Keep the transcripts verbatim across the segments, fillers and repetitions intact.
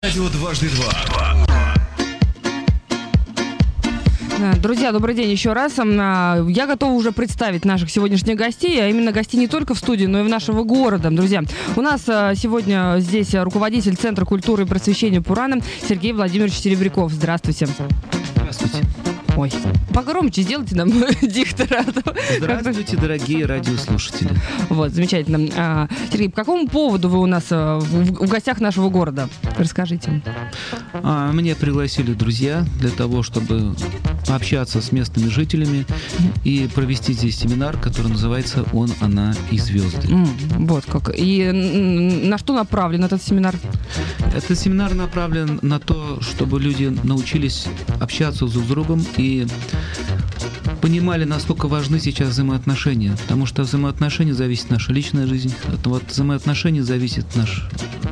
Радио дважды два. Друзья, добрый день еще раз. Я готова уже представить наших сегодняшних гостей, а именно гостей не только в студии, но и в нашего города. Друзья, у нас сегодня здесь руководитель Центра культуры и просвещения Пурана Сергей Владимирович Серебряков. Здравствуйте. Здравствуйте. Ой, погромче сделайте нам диктора. Здравствуйте, дорогие радиослушатели. Вот, замечательно. Сергей, по какому поводу вы у нас в гостях нашего города? Расскажите. А, меня пригласили друзья для того, чтобы пообщаться с местными жителями и провести здесь семинар, который называется «Он, она и звезды». Mm, вот как. И на что направлен этот семинар? Этот семинар направлен на то, чтобы люди научились общаться друг с другом и понимали, насколько важны сейчас взаимоотношения. Потому что от взаимоотношений зависит наша личная жизнь, от вот взаимоотношений зависит наш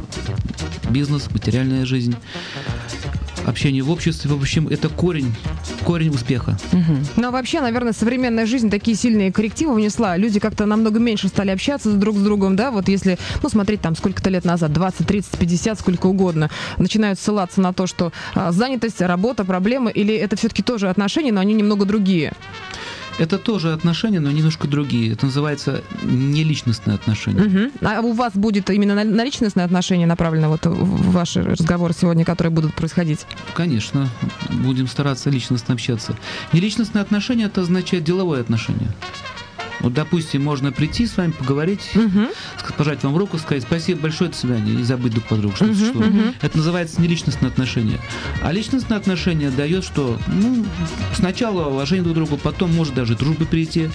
бизнес, материальная жизнь, общение в обществе. В общем, это корень, корень успеха. Угу. Ну, а вообще, наверное, современная жизнь такие сильные коррективы внесла. Люди как-то намного меньше стали общаться друг с другом, да, вот если, ну, смотреть там сколько-то лет назад, двадцать, тридцать, пятьдесят, сколько угодно, начинают ссылаться на то, что а, занятость, работа, проблемы, или это все-таки тоже отношения, но они немного другие? Это тоже отношения, но немножко другие. Это называется неличностные отношения. Угу. А у вас будет именно на, на личностные отношения направлено вот в ваши разговоры сегодня, которые будут происходить? Конечно. Будем стараться личностно общаться. Неличностные отношения – это означает деловое отношение. Вот, допустим, можно прийти с вами, поговорить, угу. пожать вам руку, сказать спасибо большое, до свидания, и забыть друг про друга. Что-то, угу, что. Угу. Это называется неличностное отношение. А личностное отношение дает, что ну, сначала уважение друг к другу, потом может даже дружбы перейти,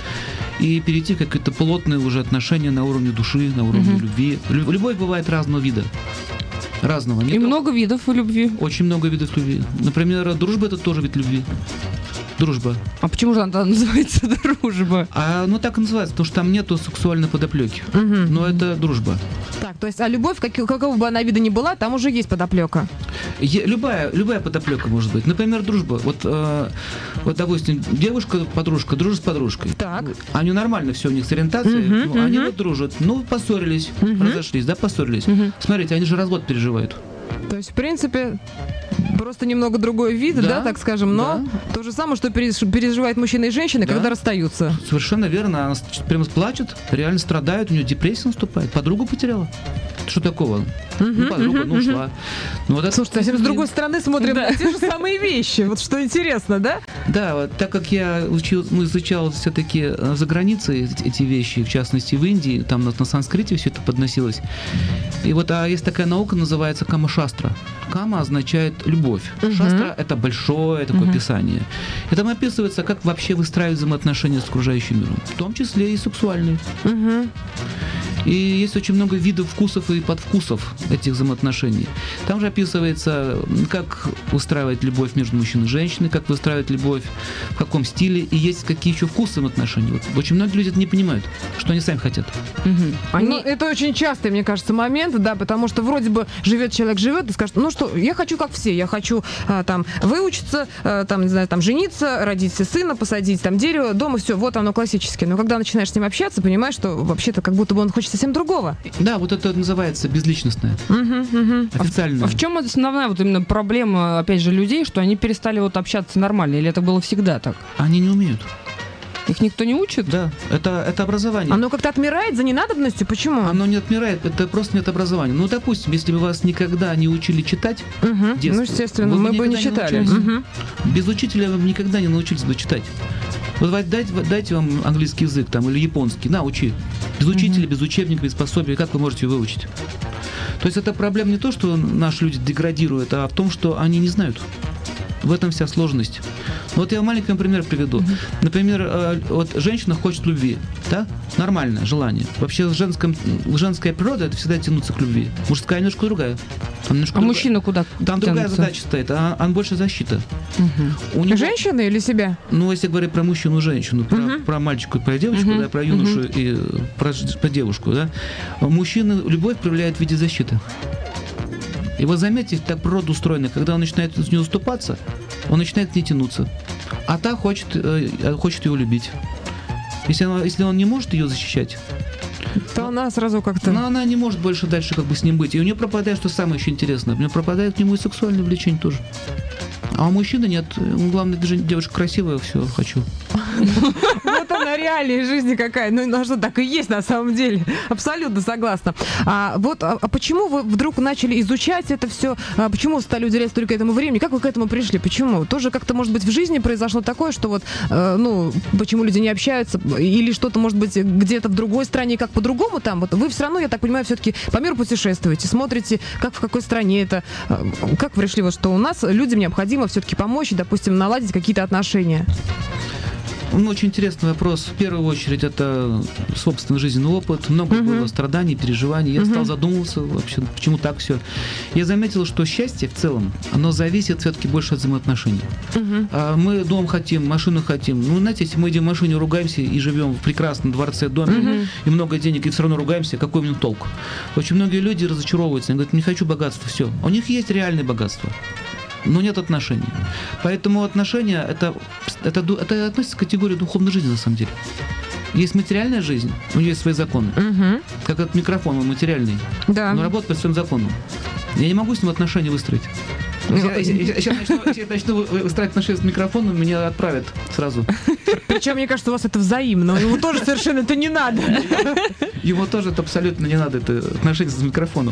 и перейти в какие-то плотные уже отношения на уровне души, на уровне угу. любви. Любовь бывает разного вида. Разного. И много видов любви. Очень много видов любви. Например, дружба – это тоже вид любви. Дружба. А почему же она называется дружба? А, ну так и называется, потому что там нету сексуальной подоплеки. Угу. Но это дружба. Так, то есть, а любовь, как, какого бы она вида ни была, там уже есть подоплека? Е- любая, любая подоплека может быть. Например, дружба. Вот, э, вот допустим, девушка-подружка дружит с подружкой. Так. Они нормально все у них с ориентацией. Угу, ну, они угу. вот дружат. Ну, поссорились, угу. разошлись, да, поссорились. Угу. Смотрите, они же развод переживают. То есть, в принципе, просто немного другой вид, да, да так скажем, но да. то же самое, что переживают мужчины и женщины, да. когда расстаются. Совершенно верно. Она прямо плачет, реально страдает, у нее депрессия наступает. Подругу потеряла. Что такого? Угу, ну, подруга, угу, ну, ушла. Угу. Ну, вот Слушайте, а с другой стороны смотрим да. на те же самые вещи. Вот что интересно, да? Да, вот, так как я учил, ну, изучал все-таки за границей эти вещи, в частности в Индии, там на, на санскрите все это подносилось. И вот а есть такая наука, называется кама-шастра. Кама означает любовь. Угу. Шастра – это большое такое угу. писание. И там описывается, как вообще выстраивать взаимоотношения с окружающим миром, в том числе и сексуальные. Угу. И есть очень много видов вкусов и подвкусов этих взаимоотношений. Там же описывается, как устраивать любовь между мужчиной и женщиной, как выстраивать любовь, в каком стиле, и есть какие еще вкусы взаимоотношений. Вот очень многие люди это не понимают, что они сами хотят. Угу. Они... Ну, это очень частый, мне кажется, момент, да, потому что вроде бы живет человек, живет и скажет, ну что, я хочу как все, я хочу а, там выучиться, а, там, не знаю, там жениться, родить сына, посадить там дерево, дома, все, вот оно классическое. Но когда начинаешь с ним общаться, понимаешь, что вообще-то как будто бы он хочет совсем другого. Да, вот это называется безличностное. Угу, угу. Официальное. А в, а в чем основная вот именно проблема, опять же, людей, что они перестали вот общаться нормально, или это было всегда так? Они не умеют. Их никто не учит? Да, это, это образование. Оно как-то отмирает за ненадобностью? Почему? Оно не отмирает, это просто нет образования. Ну, допустим, если бы вас никогда не учили читать, угу. детстве, ну, естественно, вы мы бы бы не не читали. Угу. Без учителя вы бы никогда не научились бы читать. Вот дайте, дайте вам английский язык там, или японский, на, учи. Без учителя, угу. без учебника, без пособия, как вы можете выучить? То есть это проблема не то, что наши люди деградируют, а в том, что они не знают. В этом вся сложность. Вот я маленький пример приведу. Mm-hmm. Например, вот женщина хочет любви, да? Нормальное желание. Вообще женском, женская природа — это всегда тянуться к любви. Мужская немножко другая. Немножко а другая. Мужчина куда Там тянутся? Другая задача стоит, а он больше защита. Uh-huh. У него... Женщина или себя? Ну, если говорить про мужчину и женщину, про, uh-huh. про мальчика и про девочку, uh-huh. да, про юношу uh-huh. и про, про девушку, да, мужчина любовь проявляет в виде защиты. И вот заметьте, так природа устроена, когда он начинает с нее уступаться, он начинает к ней тянуться. А та хочет, э, хочет ее любить. Если, она, если он не может ее защищать, то она сразу как-то... Но она не может больше дальше как бы с ним быть. И у нее пропадает, что самое еще интересное, у нее пропадает к нему и сексуальное влечение тоже. А у мужчины нет. Главное, даже девушка красивая, все, хочу. Вот она реальная жизни какая. Ну, ну что, так и есть на самом деле. Абсолютно согласна. А вот а, а почему вы вдруг начали изучать это все? А почему стали уделять столько этому времени? Как вы к этому пришли? Почему? Тоже как-то, может быть, в жизни произошло такое, что вот, э, ну, почему люди не общаются? Или что-то, может быть, где-то в другой стране, как по-другому там? Вот вы все равно, я так понимаю, все-таки по миру путешествуете, смотрите, как в какой стране это. Как вы пришли, вот, что у нас людям необходимо все-таки помочь и, допустим, наладить какие-то отношения? Ну, очень интересный вопрос. В первую очередь, это собственный жизненный опыт. Много uh-huh. было страданий, переживаний. Я uh-huh. стал задумываться вообще, почему так все. Я заметил, что счастье в целом, оно зависит все-таки больше от взаимоотношений. Uh-huh. А мы дом хотим, машину хотим. Ну, знаете, если мы идем в машине, ругаемся и живем в прекрасном дворце, доме, uh-huh. и много денег, и все равно ругаемся, какой мне толк? Очень многие люди разочаровываются. Они говорят, не хочу богатства, все. У них есть реальное богатство, но нет отношений. Поэтому отношения это, это, это относится к категории духовной жизни на самом деле. Есть материальная жизнь, у нее есть свои законы. Угу. Как этот микрофон, он материальный. Да. Он работает по своим законам. Я не могу с ним отношения выстроить. Если я начну выстраивать отношения с микрофоном, меня отправят сразу. Причем, мне кажется, у вас это взаимно. Ему тоже совершенно это не надо. Ему тоже это абсолютно не надо, это отношения с микрофоном.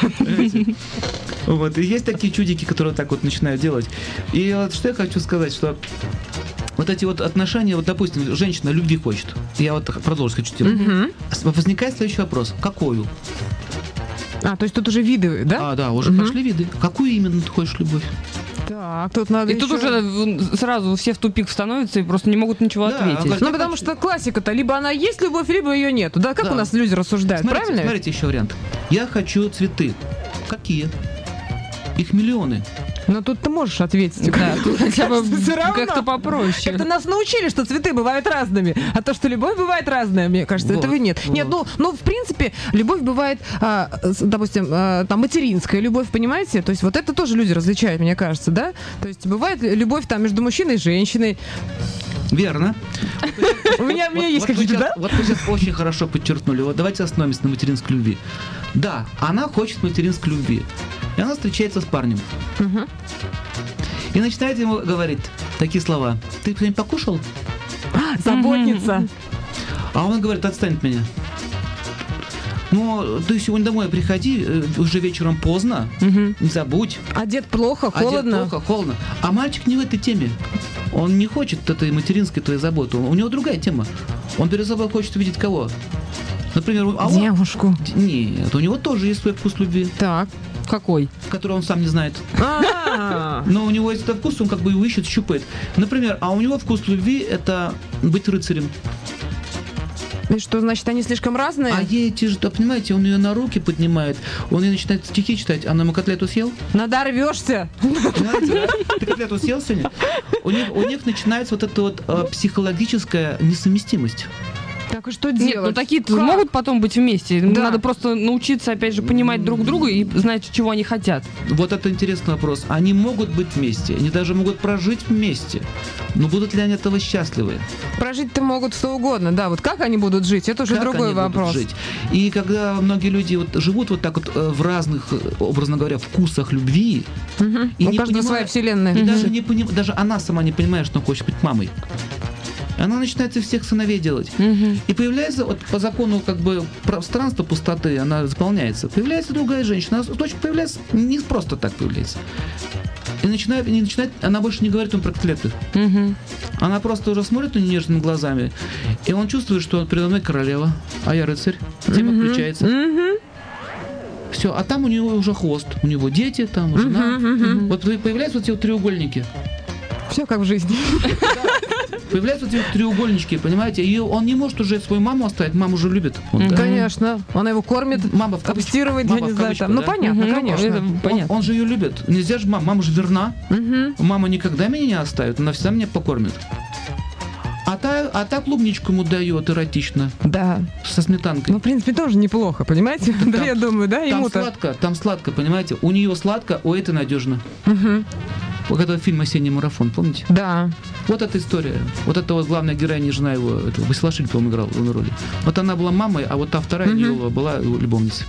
Вот. И есть такие чудики, которые так вот начинают делать. И вот что я хочу сказать, что вот эти вот отношения, вот, допустим, женщина любви хочет. Я вот продолжить хочу тему. Угу. Возникает следующий вопрос. Какую? А, то есть тут уже виды, да? А, да, уже угу. пошли виды. Какую именно ты хочешь любовь? Так, тут надо И еще... тут уже сразу все в тупик становятся и просто не могут ничего да, ответить. Говорит, ну, потому хочу... что классика-то, либо она есть любовь, либо ее нету. Да, как да. у нас люди рассуждают, смотрите, правильно? Смотрите еще вариант. Я хочу цветы. Какие? Их миллионы. Но тут ты можешь ответить. Да, тут хотя бы как-то попроще. Как-то нас научили, что цветы бывают разными, а то, что любовь бывает разная, мне кажется, вот, этого нет. Вот. Нет, ну, ну, в принципе, любовь бывает, а, допустим, а, там, материнская любовь, понимаете? То есть вот это тоже люди различают, мне кажется, да? То есть бывает любовь там между мужчиной и женщиной. Верно. У меня есть какие-то, да? Вот вы сейчас очень хорошо подчеркнули. Вот давайте остановимся на материнской любви. Да, она хочет материнской любви. И она встречается с парнем. И начинает ему говорить такие слова. Ты кто-нибудь покушал? Заботница. А он говорит, отстань от меня. Ну, ты сегодня домой приходи, уже вечером поздно, угу. не забудь. Одет плохо, холодно. Одет плохо, холодно. А мальчик не в этой теме. Он не хочет этой материнской твоей заботы. У него другая тема. Он перед собой хочет увидеть кого? Например, а девушку. Он... Нет, у него тоже есть свой вкус любви. Так. Какой? Который он сам не знает. Но у него есть этот вкус, он как бы его ищет, щупает. Например, а у него вкус любви – это быть рыцарем. И что, значит, они слишком разные? А ей тяжело, понимаете, он ее на руки поднимает, он ей начинает стихи читать. Она ему котлету съел? Надорвешься. Понимаете, да? Ты котлету съел сегодня? У них, у них начинается вот эта вот а, психологическая несовместимость. Так и что делать? Нет, ну такие-то могут потом быть вместе. Да. Надо просто научиться, опять же, понимать друг друга и знать, чего они хотят. Вот это интересный вопрос. Они могут быть вместе, они даже могут прожить вместе. Но будут ли они этого счастливы? Прожить-то могут что угодно, да. Вот как они будут жить, это уже как другой они вопрос. Будут жить? И когда многие люди вот живут вот так вот в разных, образно говоря, вкусах любви, угу. и у не каждого понимая, своя вселенная. И угу. даже, не поним, даже она сама не понимает, что она хочет быть мамой. Она начинает из всех сыновей делать. Угу. И появляется, вот по закону как бы пространства пустоты, она заполняется. Появляется другая женщина. Она точно появляется, не просто так появляется. И начинает, и начинает она больше не говорит ему про котлеты. Угу. Она просто уже смотрит на нее нежными глазами. И он чувствует, что передо мной королева, а я рыцарь. Тема угу. включается. Угу. Все, а там у него уже хвост. У него дети, там жена. Угу, угу. Вот появляются вот эти вот треугольники. Все как в жизни. Появляются эти треугольнички, понимаете, и он не может уже свою маму оставить, маму уже любит. Он, да? Конечно, она его кормит, мама в обстирывает, я не знаю, там. Да? Ну понятно, угу, конечно. Он, понятно. Он же ее любит. Нельзя же, мама, мама же верна. Угу. Мама никогда меня не оставит, она всегда меня покормит. А та, а та клубничку ему дает эротично. Да. Со сметанкой. Ну, в принципе, тоже неплохо, понимаете? Там, да, я думаю, да, ему-то. Там сладко, там сладко, понимаете? У нее сладко, у этой надежно. Угу. Когда фильм «Осенний марафон», помните? Да. Вот эта история. Вот это вот главная героиня, жена его, Басилашвили, по-моему, играл на роли. Вот она была мамой, а вот та вторая угу. его была любовницей.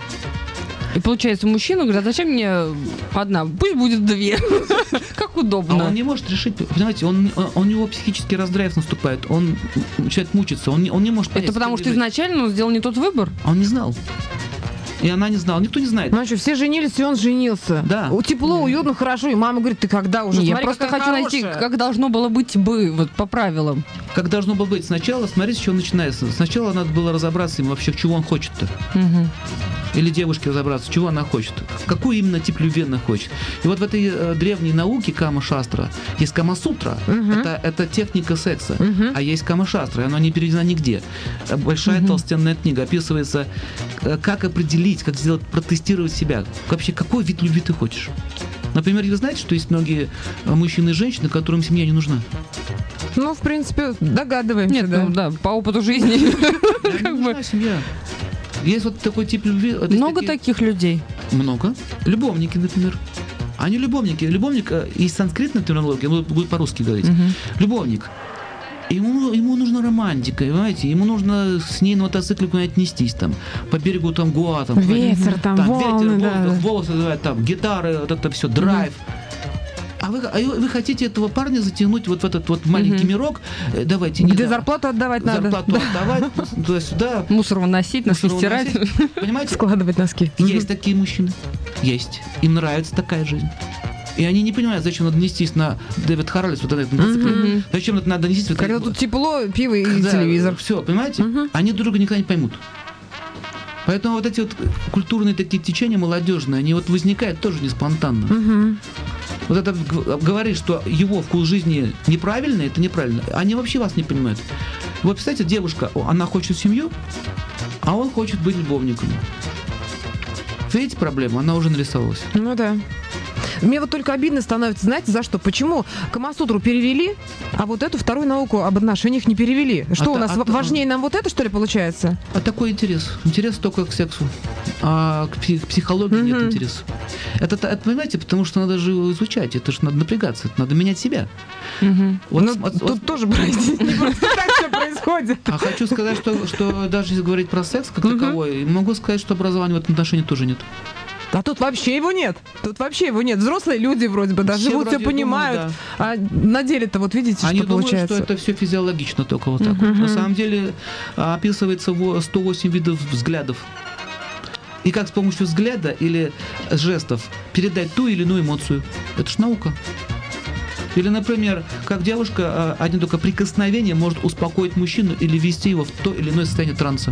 И получается, мужчина говорит, а зачем мне одна? Пусть будет две. Как удобно. А он не может решить, понимаете, он, он, у него психический раздрайв наступает, он начинает мучиться, он, он не может понять. Это потому что изначально он сделал не тот выбор? А он не знал. И она не знала, никто не знает. Ну а что, все женились, и он женился. Да. Тепло, уютно, хорошо. И мама говорит, ты когда уже? Не, Смотри, я просто хочу хорошая. найти, как должно было быть бы, вот по правилам. Как должно было быть. Сначала, смотрите, с чего начинается. Сначала надо было разобраться им вообще, чего он хочет-то. Угу. Или девушке разобраться, чего она хочет. Какой именно тип любви она хочет. И вот в этой э, древней науке Кама-шастра есть Кама-сутра. Угу. Это, это техника секса. Угу. А есть Кама-шастра, и она не переведена нигде. Большая угу. толстенная книга. Описывается, как определить, как сделать, протестировать себя. Вообще, какой вид любви ты хочешь. Например, вы знаете, что есть многие мужчины и женщины, которым семья не нужна? Ну, в принципе, догадываемся. Нет, да, ну, да по опыту жизни. Не нужна семья. Есть вот такой тип любви. Много таких людей? Много. Любовники, например. Они любовники. Любовник из санскритной терминологии, будет по-русски говорить. Любовник. Ему, ему нужна романтика, понимаете? Ему нужно с ней на мотоцикле куда-нибудь нестись, там, по берегу там Гоа, там, ветер, там, там волны, ветер, да. воздух, волосы, там, гитары, вот это все, драйв. А вы, а вы хотите этого парня затянуть вот в этот вот маленький uh-huh. мирок? Давайте не Где да. зарплату отдавать зарплату надо. Зарплату отдавать, туда-сюда. Мусор выносить, носки стирать. Понимаете? Складывать носки. Есть uh-huh. такие мужчины. Есть. Им нравится такая жизнь. И они не понимают, зачем надо нестись на Дэвид Харрелс, вот на этом мотоцикле. Mm-hmm. Зачем это надо нестись? Вот когда тут тепло, пиво и когда, телевизор. Все, понимаете? Mm-hmm. Они друг друга никогда не поймут. Поэтому вот эти вот культурные такие течения молодежные, они вот возникают тоже не спонтанно. Mm-hmm. Вот это говорит, что его вкус жизни неправильный, это неправильно. Они вообще вас не понимают. Вот представьте, девушка, она хочет семью, а он хочет быть любовником. Видите проблему? Она уже нарисовалась. Ну да. Мне вот только обидно становится, знаете, за что? Почему Камасутру перевели, а вот эту вторую науку об отношениях не перевели? Что, а у нас а, важнее а, нам вот это, что ли, получается? А такой интерес. Интерес только к сексу. А к психологии mm-hmm. нет интереса. Это, это, понимаете, потому что надо же изучать, это же надо напрягаться, это надо менять себя. Mm-hmm. Вот, ну, вот, тут вот, тоже, простите, не просто так все происходит. А хочу сказать, что, что даже если говорить про секс как mm-hmm. таковой, могу сказать, что образования в этом отношении тоже нет. А тут вообще его нет. Тут вообще его нет. Взрослые люди вроде бы, да, все живут, все понимают. Думают, да. А на деле-то вот видите, Они что думают, получается. что это все физиологично только вот так. Uh-huh. На самом деле описывается сто восемь видов взглядов. И как с помощью взгляда или жестов передать ту или иную эмоцию. Это ж наука. Или, например, как девушка, один только прикосновение может успокоить мужчину или ввести его в то или иное состояние транса.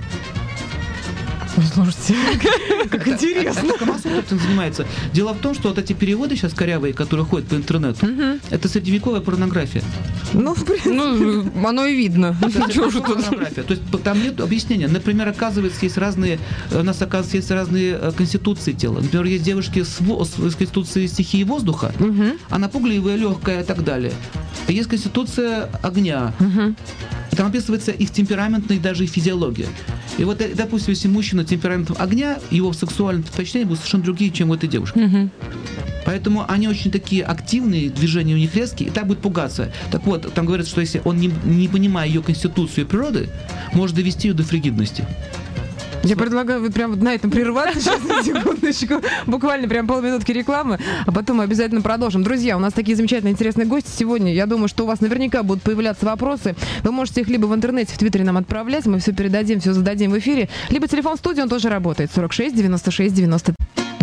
Слушайте, как интересно. Камасутра этим занимается. Дело в том, что вот эти переводы сейчас корявые, которые ходят по интернету, это средневековая порнография. Ну, в принципе, ну, оно и видно. Порнография. То есть там нет объяснения. Например, оказывается, есть разные, у нас, оказывается, есть разные конституции тела. Например, есть девушки с, с конституцией стихии воздуха, она пугливая, легкая и так далее. Есть конституция огня. Там описывается их темпераментная и даже и физиология. И вот, допустим, если мужчина темпераментом огня, его сексуальные предпочтения будут совершенно другие, чем у этой девушки. Uh-huh. Поэтому они очень такие активные, движения у них резкие, и так будет пугаться. Так вот, там говорится, что если он, не, не понимая ее конституцию и природы, может довести ее до фригидности. Я предлагаю вот прям вот на этом прерваться сейчас на секундочку. Буквально прям полминутки рекламы, а потом мы обязательно продолжим. Друзья, у нас такие замечательные, интересные гости сегодня. Я думаю, что у вас наверняка будут появляться вопросы. Вы можете их либо в интернете, в Твиттере нам отправлять, мы все передадим, все зададим в эфире, либо телефон студии, он тоже работает. сорок шесть девяносто шесть девяносто.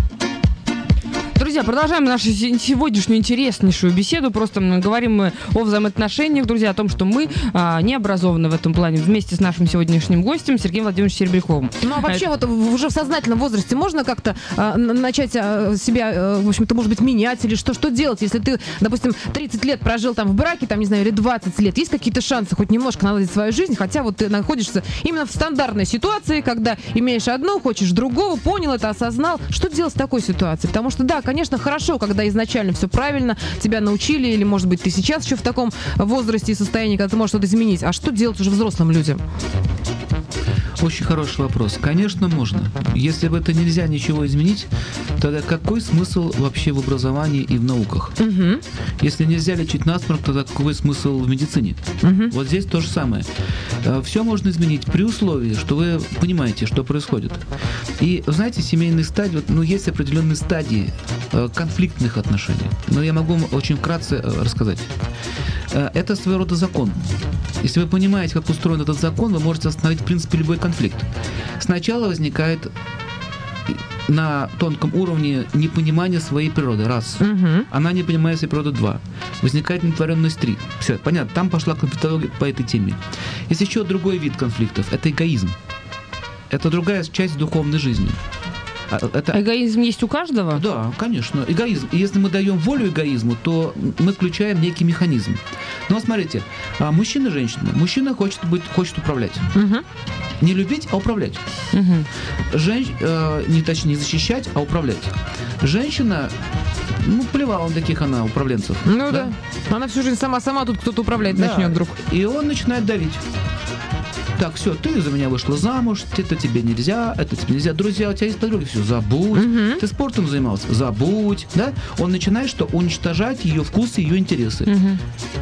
Друзья, продолжаем нашу сегодняшнюю интереснейшую беседу. Просто говорим мы о взаимоотношениях, друзья, о том, что мы а, не образованы в этом плане, вместе с нашим сегодняшним гостем Сергеем Владимировичем Серебряковым. Ну, а вообще, это... вот уже в сознательном возрасте можно как-то а, начать а, себя, а, в общем-то, может быть, менять или что? Что делать, если ты, допустим, тридцать лет прожил там в браке, там, не знаю, или двадцать лет, есть какие-то шансы хоть немножко наладить свою жизнь, хотя вот ты находишься именно в стандартной ситуации, когда имеешь одно, хочешь другого, понял это, осознал. Что делать в такой ситуации? Потому что, да, конечно, хорошо, когда изначально все правильно, тебя научили, или, может быть, ты сейчас еще в таком возрасте и состоянии, когда ты можешь что-то изменить. А что делать уже взрослым людям? Очень хороший вопрос. Конечно, можно. Если бы это нельзя ничего изменить, тогда какой смысл вообще в образовании и в науках? Угу. Если нельзя лечить насморк, тогда какой смысл в медицине? Угу. Вот здесь то же самое. Все можно изменить при условии, что вы понимаете, что происходит. И, знаете, семейные стадии, ну, есть определенные стадии конфликтных отношений. Но я могу очень вкратце рассказать. Это своего рода закон. Если вы понимаете, как устроен этот закон, вы можете остановить, в принципе, любой конфликт. Сначала возникает на тонком уровне непонимание своей природы. Раз. Угу. Она не понимает своей природы. Два. Возникает недотворенность. Три. Все, понятно. Там пошла конфликтология по этой теме. Есть еще другой вид конфликтов. Это эгоизм. Это другая часть духовной жизни. Это... Эгоизм есть у каждого? Да, конечно. Эгоизм. И если мы даем волю эгоизму, то мы включаем некий механизм. Но смотрите, мужчина и женщина. Мужчина хочет быть, хочет управлять. Угу. Не любить, а управлять. Угу. Женщ... э, не точнее, не защищать, а управлять. Женщина, ну, плевала на таких она управленцев. Ну да. да. Она всю жизнь сама-сама, тут кто-то управлять да. начнет вдруг. И он начинает давить. Так, все, ты за меня вышла замуж, это тебе нельзя, это тебе нельзя. Друзья, у тебя есть подруги, все, забудь. Угу. Ты спортом занимался, забудь. Да? Он начинает что? Уничтожать ее вкусы, ее интересы. Угу.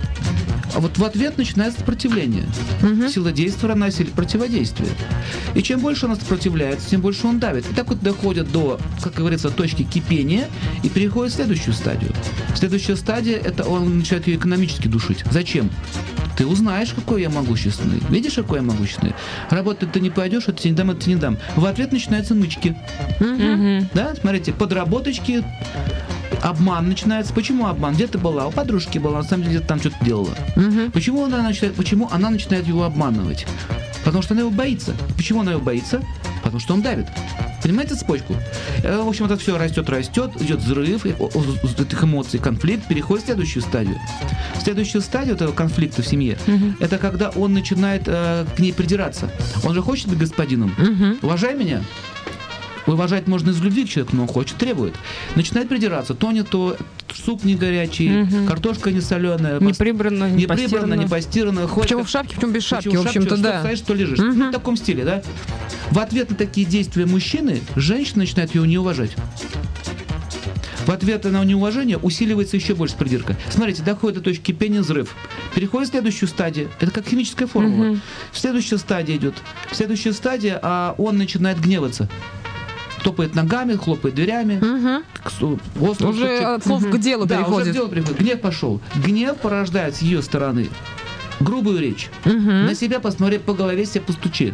А вот в ответ начинается сопротивление. Угу. Сила действия равна силе противодействия. И чем больше она сопротивляется, тем больше он давит. И так вот доходит до, как говорится, точки кипения и переходит в следующую стадию. Следующая стадия – это он начинает ее экономически душить. Зачем? Ты узнаешь, какой я могущественный. Видишь, какой я могущественный? Работать ты не пойдешь, это тебе не дам, это тебе не дам. В ответ начинаются нычки. Угу. Да, смотрите, подработочки, обман начинается. Почему обман? Где ты была? У подружки была, на самом деле где-то там что-то делала. Угу. Почему она начинает, почему она начинает его обманывать? Потому что она его боится. Почему она его боится? Потому что он давит. Понимаете цепочку? В общем, это все растет, растет, идет взрыв этих эмоций, конфликт, переходит в следующую стадию. Следующая стадия этого конфликта в семье, Угу. это когда он начинает э, к ней придираться. Он же хочет быть господином. Угу. Уважай меня. Уважать можно из любви к человеку, но он хочет, требует. Начинает придираться. То не то, суп не горячий, Угу. картошка не соленая, Не прибрано, не, не прибрано, не постирано. Причем в шапке, причем без шапки, Почему в общем-то, шапке, да. Что стоишь, что лежишь. Угу. Ну, в таком стиле, да? В ответ на такие действия мужчины, женщина начинает его не уважать. В ответ на неуважение усиливается еще больше придирка. Смотрите, доходит до точки кипения, взрыв. Переходит в следующую стадию. Это как химическая формула. Угу. Следующая стадия идет. Следующая стадия, а он начинает гневаться. Топает ногами, хлопает дверями. Угу. Острый Уже стучит. от слов Угу. к делу Да, переходит. уже к делу приходит. Гнев пошел. Гнев порождает с ее стороны грубую речь. Угу. На себя посмотри, по голове себе постучи.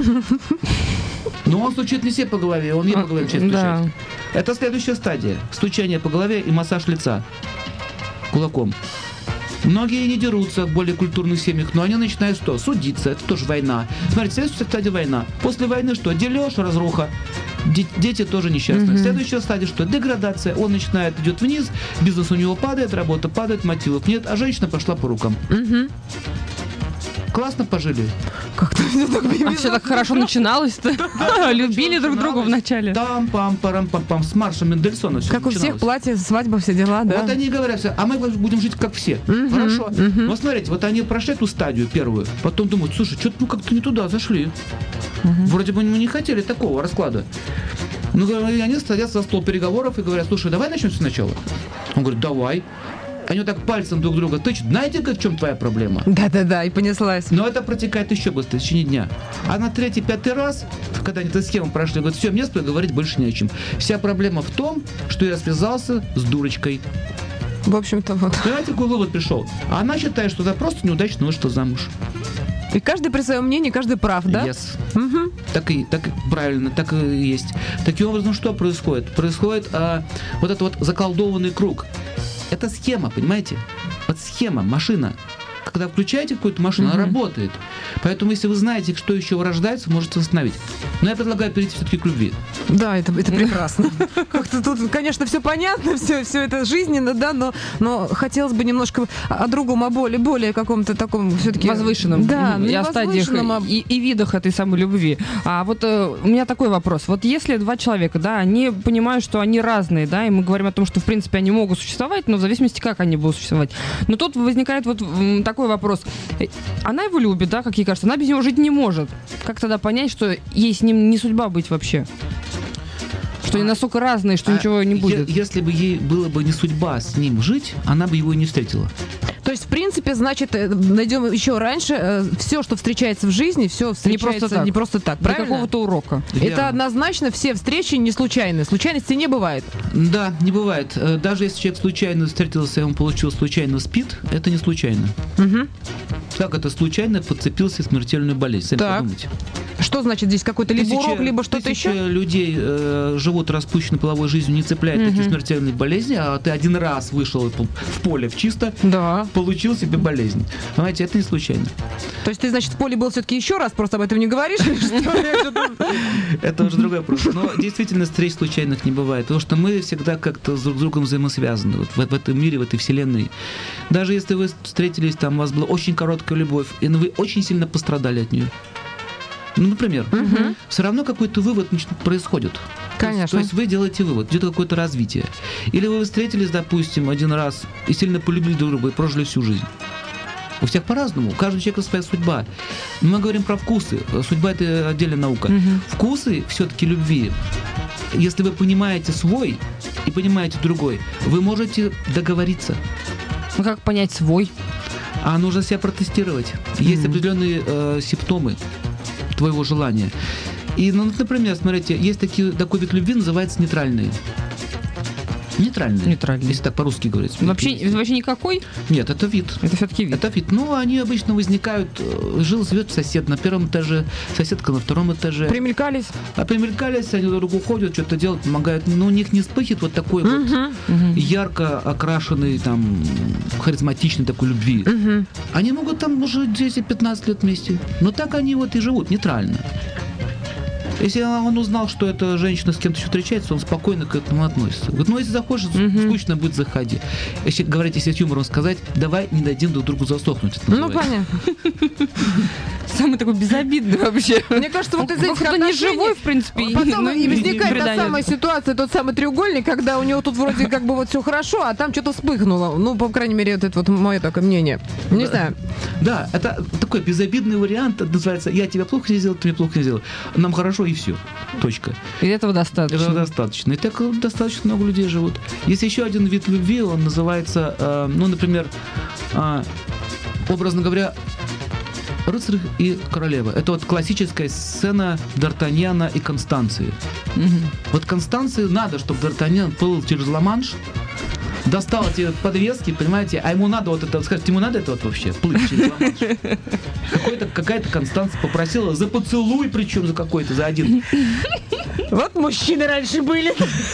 Но он стучит не себе по голове, он ей по голове начинает Да. стучать. Это следующая стадия. Стучание по голове и массаж лица кулаком. Многие не дерутся в более культурных семьях, но они начинают что? Судиться. Это тоже война. Смотрите, следующая стадия война. После войны что? Дележ, разруха. Де- дети тоже несчастны. Мгм. Следующая стадия что? Деградация. Он начинает, идет вниз, бизнес у него падает, работа падает, мотивов нет, а женщина пошла по рукам. Угу. Классно пожили. Как-то все так А все так хорошо начиналось-то. Любили друг друга вначале. Там пам парам пам пам с маршем Мендельсона все Как у всех платье, свадьба, все дела, да? Вот они и говорят, все, а мы будем жить как все. Мгм, Хорошо. мгм. Вот смотрите, вот они прошли эту стадию первую, потом думают, слушай, что-то мы как-то не туда зашли. Мгм. Вроде бы мы не хотели такого расклада. Ну, говорю, и они садятся за стол переговоров и говорят, слушай, давай начнем сначала. Он говорит, давай. Они вот так пальцем друг друга тычут. Знаете, в чем твоя проблема? Да-да-да, и понеслась. Но это протекает еще быстрее, в течение дня. А на третий, пятый раз, когда они эту схему прошли, говорят, все, мне с тобой говорить больше не о чем. Вся проблема в том, что я связался с дурочкой. В общем-то, вот. Понимаете, какой вывод пришел? А она считает, что это просто неудачно вышла замуж. И каждый при своем мнении, каждый прав, да? Yes. Угу. Так и так и правильно, так и есть. Таким образом, что происходит? Происходит а, вот этот вот заколдованный круг. Это схема, понимаете? Вот схема, машина. Когда включаете какую-то машину, она Мгм. работает. Поэтому, если вы знаете, что еще рождается, можете восстановить. Но я предлагаю перейти все-таки к любви. Да, это, это прекрасно. Как-то тут, конечно, все понятно, все, все это жизненно, да, но, но хотелось бы немножко о другом, о более, более каком-то таком все-таки... Возвышенном. Да, и не о стадиях, возвышенном, а- и, и видах этой самой любви. А вот э, у меня такой вопрос. Вот если два человека, да, они понимают, что они разные, да, и мы говорим о том, что, в принципе, они могут существовать, но в зависимости, как они будут существовать. Но тут возникает вот м, такой такой вопрос. Она его любит, да, как ей кажется, она без него жить не может. Как тогда понять, что ей с ним не судьба быть вообще? Что они настолько разные, что а ничего не будет. Если бы ей было бы не судьба с ним жить, она бы его и не встретила. То есть, в принципе, значит, найдем еще раньше, все, что встречается в жизни, все встречается не просто так, не просто так, для какого-то урока. Верно. Это однозначно все встречи не случайны. Случайности не бывает. Да, не бывает. Даже если человек случайно встретился, и он получил случайно СПИД, это не случайно. Угу. Как это случайно подцепился смертельную болезнь? Сами так. подумайте. Что значит здесь какой-то либо тысяча, урок, либо что-то еще? людей э, живут распущенной половой жизнью, не цепляют mm-hmm. такие смертельные болезни, а ты один раз вышел в поле в чисто, да. получил себе болезнь. Понимаете, это не случайно. То есть ты, значит, в поле был все-таки еще раз, просто об этом не говоришь? Это уже другой вопрос. Но действительно встреч случайных не бывает, потому что мы всегда как-то друг с другом взаимосвязаны в этом мире, в этой вселенной. Даже если вы встретились, там у вас была очень короткая любовь, и вы очень сильно пострадали от нее. Ну, например, угу. все равно какой-то вывод происходит. Конечно. То есть, то есть вы делаете вывод, где-то какое-то развитие. Или вы встретились, допустим, один раз и сильно полюбили друг друга и прожили всю жизнь. У всех по-разному, у каждого человека своя судьба. Но мы говорим про вкусы. Судьба — это отдельная наука. Угу. Вкусы все-таки любви. Если вы понимаете свой и понимаете другой, вы можете договориться. Ну, как понять свой? А нужно себя протестировать. Есть mm-hmm. определенные э, симптомы твоего желания. И, ну, например, смотрите, есть такие, такой вид любви, называется нейтральные. Нейтральные. Нейтральные. Если так по-русски говорить. Вообще, вообще никакой? Нет, это вид. Это все-таки вид. Это вид. Ну, они обычно возникают, жил, живет сосед на первом этаже, соседка на втором этаже. Примелькались. А примелькались, они друг другу ходят, что-то делают, помогают. Но у них не вспыхивает вот такой uh-huh. вот uh-huh. ярко окрашенный, там, харизматичный такой любви. Uh-huh. Они могут там уже десять-пятнадцать лет вместе. Но так они вот и живут, нейтрально. Если он узнал, что эта женщина с кем-то еще встречается, он спокойно к этому относится. Говорит, ну, если захочешь, mm-hmm. скучно будет, заходи. Если говорить, если с юмором сказать, давай не дадим друг другу засохнуть. Ну, понятно. Самый такой безобидный вообще. Мне кажется, вот из этих отношений... не живой, в принципе. Потом и возникает та самая ситуация, тот самый треугольник, когда у него тут вроде как бы вот все хорошо, а там что-то вспыхнуло. Ну, по крайней мере, вот это вот мое такое мнение. Не знаю. Да, это такой безобидный вариант, называется, я тебя плохо не сделал, ты мне плохо не сделал. Нам хорошо, и все. Точка. И этого достаточно. Этого достаточно. И так достаточно много людей живут. Есть еще один вид любви, он называется, э, ну, например, э, образно говоря, рыцарь и королева. Это вот классическая сцена Д'Артаньяна и Констанции. Угу. Вот Констанции надо, чтобы Д'Артаньян плыл через Ла-Манш, достал эти подвески, понимаете, а ему надо вот это, скажите, ему надо это вот вообще, плыть через Ла-Манш? Какой-то, какая-то Констанция попросила за поцелуй, причем за какой-то, за один. Вот мужчины раньше были.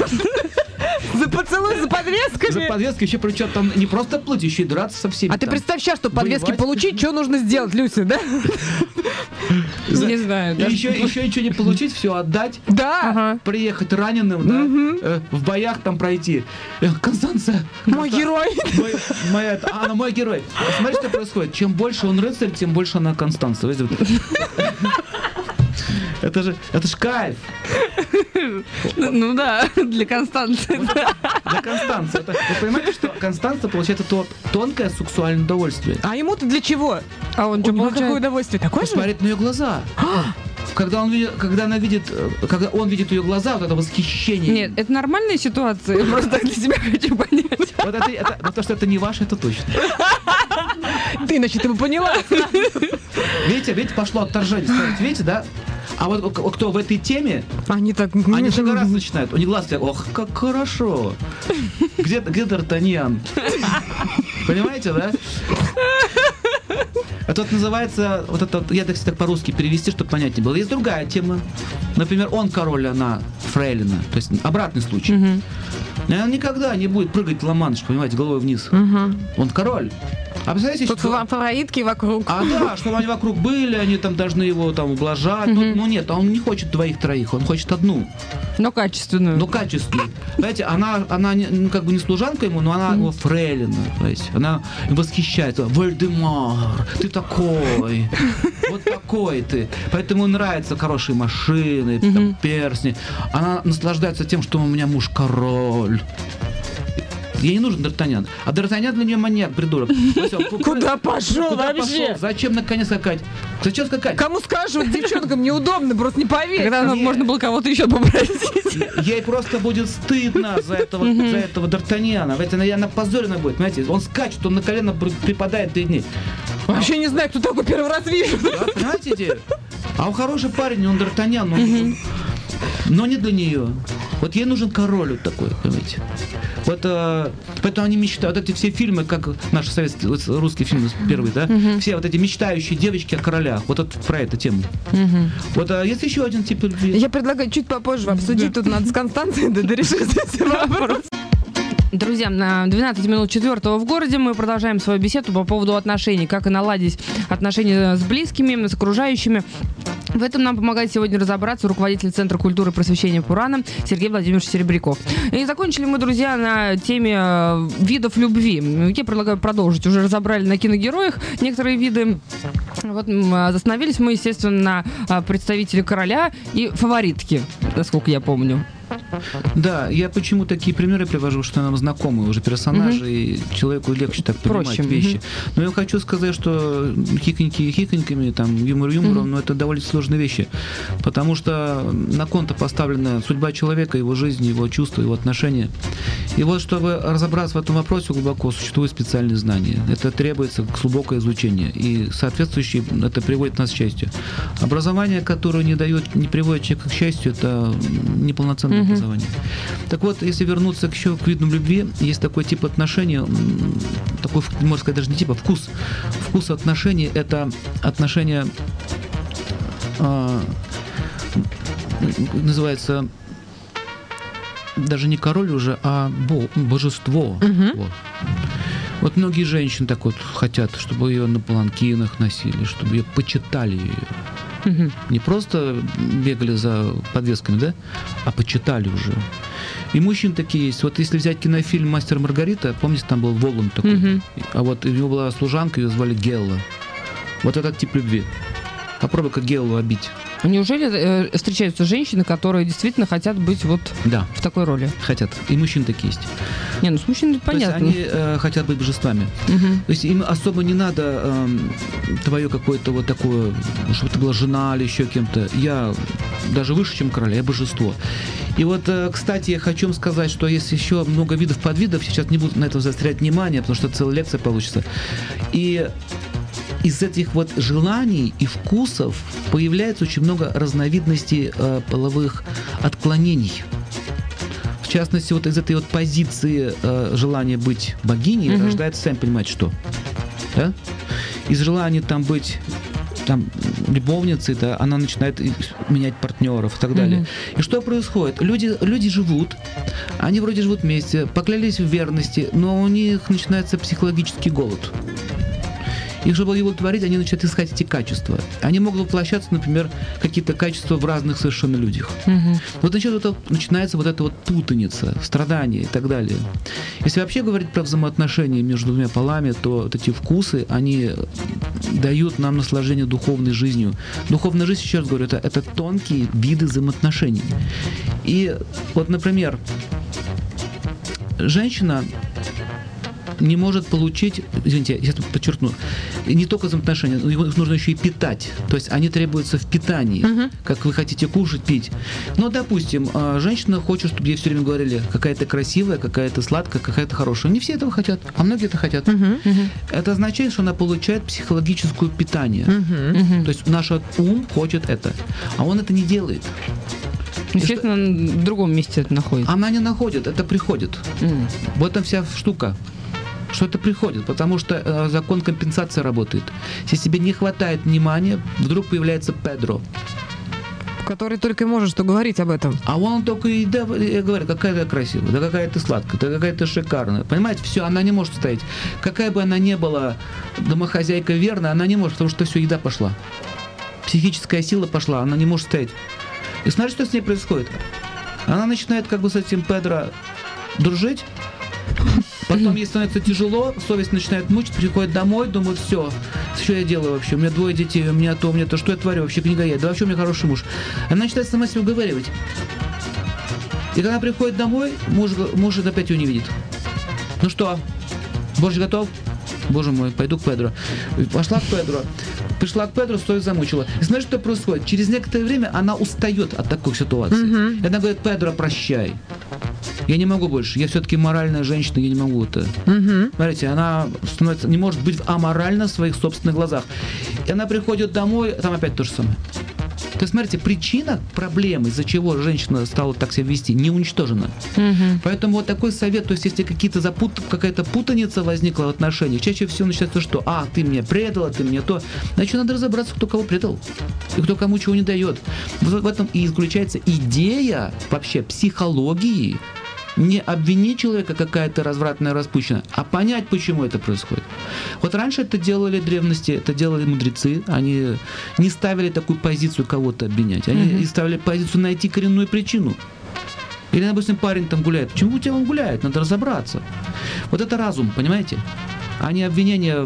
За поцелуй, за подвесками. За подвеской еще причем там не просто плыть, еще и драться со всеми. А ты представь сейчас, чтобы подвески получить, что нужно сделать, Люся, да? Не знаю, да. Еще ничего не получить, все отдать. Да. Приехать раненым, да, в боях там пройти. Констанция. Мой герой. Моя, она мой герой. Смотри, что происходит. Чем больше он рыцарь, тем больше она Констанция. Это же, это ж кайф. Ну да, для Констанции. Для Констанции. Это, вы понимаете, что Констанция получает это тонкое сексуальное удовольствие. А ему-то для чего? А он что получает? Какое удовольствие? Такое же? Посмотреть на ее глаза. Когда он видит, когда она видит, когда он видит ее глаза, вот это восхищение. Нет, это нормальная ситуация. Я просто для себя хочу понять. Вот это, это, но то, что это не ваше, это точно. Ты, значит, его поняла. Видите, видите, пошло отторжение. Смотрите, видите, да? А вот кто в этой теме, они так... Они загораться начинают. У них глаз, ох, как хорошо. Где, где Д'Артаньян? Понимаете, да? Это вот называется, вот это, я так, так по-русски перевести, чтобы понятнее было. Есть другая тема. Например, он король, она фрейлина. То есть обратный случай. Uh-huh. И он никогда не будет прыгать в Ла-Манш, понимаете, головой вниз. Uh-huh. Он король. А представляете, тут что... фаворитки вокруг. А да, чтобы они вокруг были, они там должны его там ублажать. Uh-huh. Ну, ну нет, он не хочет двоих-троих, он хочет одну. Но качественную. Но качественную. Знаете, она, она не, как бы не служанка ему, но она его фрейлина. Знаете, она восхищается. Вальдемар, ты такой. Вот такой ты. Поэтому нравятся хорошие машины, mm-hmm. там, перстни. Она наслаждается тем, что у меня муж король. Ей не нужен Д'Артаньян. А Д'Артаньян для нее маньяк, придурок. Куда пошел вообще? Зачем наконец скакать? Зачем скакать? Кому скажут, девчонкам неудобно, просто не поверь. Когда можно было кого-то еще попросить. Ей просто будет стыдно за этого, за этого Д'Артаньяна. Ведь она, она позорена будет, понимаете? Он скачет, он на колено припадает перед ней. Вообще не знаю, кто такой, первый раз вижу. Да, понимаете идею? А он хороший парень, он Д'Артаньян, он... но не для нее. Вот ей нужен король вот такой, понимаете? Вот а, поэтому они мечтают, вот эти все фильмы, как наши советские, вот, русские фильмы первые, да, uh-huh. все вот эти мечтающие девочки о королях, вот это про эту тему. Uh-huh. Вот а есть еще один тип любви. Я предлагаю чуть попозже обсудить, тут надо с Констанцией дорешить эти вопросы. Друзья, на двенадцать минут четвертого в городе мы продолжаем свою беседу по поводу отношений, как и наладить отношения с близкими, с окружающими. В этом нам помогает сегодня разобраться руководитель Центра культуры и просвещения Пурана Сергей Владимирович Серебряков. И закончили мы, друзья, на теме видов любви. Я предлагаю продолжить. Уже разобрали на киногероях некоторые виды. Вот остановились мы, естественно, на представителе короля и фаворитки, насколько я помню. Да, я почему такие примеры привожу, что нам знакомые уже персонажи, uh-huh. и человеку легче так понимать Проще. вещи. Uh-huh. Но я хочу сказать, что хихоньки хихоньками, там, юмор юмором, uh-huh. но это довольно сложные вещи, потому что на конто поставлена судьба человека, его жизнь, его чувства, его отношения. И вот, чтобы разобраться в этом вопросе глубоко, существуют специальные знания. Это требуется глубокое изучение, и соответствующее это приводит нас к счастью. Образование, которое не дает, не приводит человека к счастью, это неполноценное Uh-huh. образование. Так вот, если вернуться к еще к видам любви, есть такой тип отношений, такой, можно сказать, даже не типа, вкус. Вкус отношений – это отношения, э, называется, даже не король уже, а бо, божество. Uh-huh. Вот. Вот многие женщины так вот хотят, чтобы ее на паланкинах носили, чтобы ее почитали ее. Угу. Не просто бегали за подвесками, да, а почитали уже. И мужчин такие есть. Вот если взять кинофильм «Мастер и Маргарита», помните, там был Воланд такой, угу. а вот у него была служанка, ее звали Гелла. Вот этот тип любви. Попробуй-ка Геллу обить. Неужели э, встречаются женщины, которые действительно хотят быть вот да. в такой роли? Хотят. И мужчины такие есть. Не, ну с мужчинами понятно. То есть они э, хотят быть божествами. Угу. То есть им особо не надо э, твое какое-то вот такое, чтобы ты была жена или еще кем-то. Я даже выше, чем король, я божество. И вот, э, кстати, я хочу вам сказать, что есть еще много видов подвидов. Сейчас не буду на это заострять внимание, потому что целая лекция получится. И из этих вот желаний и вкусов появляется очень много разновидностей э, половых отклонений. В частности, вот из этой вот позиции э, желания быть богиней mm-hmm. рождается, сами понимаете, что? Да? Из желания там быть там, любовницей, да, она начинает менять партнеров и так далее. Mm-hmm. И что происходит? Люди, люди живут, они вроде живут вместе, поклялись в верности, но у них начинается психологический голод. И чтобы его творить, они начинают искать эти качества. Они могут воплощаться, например, какие-то качества в разных совершенно людях. Угу. Вот начинает, начинается вот эта вот путаница, страдания и так далее. Если вообще говорить про взаимоотношения между двумя полами, то вот эти вкусы, они дают нам наслаждение духовной жизнью. Духовная жизнь, еще раз говорю, это, это тонкие виды взаимоотношений. И вот, например, женщина не может получить, извините, я подчеркну, не только взаимоотношения, но его нужно еще и питать. То есть они требуются в питании, uh-huh. как вы хотите кушать, пить. Но, допустим, женщина хочет, чтобы ей все время говорили, какая-то красивая, какая-то сладкая, какая-то хорошая. Не все этого хотят, а многие это хотят. Uh-huh. Uh-huh. Это означает, что она получает психологическое питание. Uh-huh. Uh-huh. То есть наш ум хочет это, а он это не делает. Естественно, что... в другом месте это находится. Она не находит, это приходит. Uh-huh. В этом вся штука. Что это приходит, потому что э, закон компенсации работает. Если тебе не хватает внимания, вдруг появляется Педро. Который только и может что говорить об этом. А он только и, да, и говорит, какая ты красивая, да какая ты сладкая, да какая ты шикарная. Понимаете, все, она не может стоять. Какая бы она ни была домохозяйка верная, она не может, потому что все, еда пошла. Психическая сила пошла, она не может стоять. И смотри, что с ней происходит. Она начинает как бы с этим Педро дружить. Потом ей становится тяжело, совесть начинает мучить, приходит домой, думает, все, что я делаю вообще, у меня двое детей, у меня то, у меня то, что я творю, вообще книга я, да вообще у меня хороший муж. Она начинает сама себя уговаривать. И когда она приходит домой, муж, муж опять ее не видит. Ну что, борщ готов? Боже мой, пойду к Педро. Пошла к Педро. Пришла к Педро, стоит замучила. И смотри, что происходит. Через некоторое время она устает от такой ситуации. Mm-hmm. И она говорит: Педро, прощай. Я не могу больше. Я все-таки моральная женщина, я не могу это. Mm-hmm. Смотрите, она становится, не может быть аморальна в своих собственных глазах. И она приходит домой, там опять то же самое. То есть, смотрите, причина проблемы, из-за чего женщина стала так себя вести, не уничтожена. Угу. Поэтому вот такой совет, то есть, если какие-то запут... какая-то путаница возникла в отношениях, чаще всего начинается что? А, ты мне предала, ты мне то. Значит, надо разобраться, кто кого предал и кто кому чего не дает. Вот в этом и заключается идея вообще психологии. Не обвинить человека, какая-то развратная распущенная, а понять, почему это происходит. Вот раньше это делали древности, это делали мудрецы, они не ставили такую позицию кого-то обвинять, они mm-hmm. ставили позицию найти коренную причину. Или, допустим, парень там гуляет. Почему у тебя он гуляет? Надо разобраться. Вот это разум, понимаете? А не обвинение,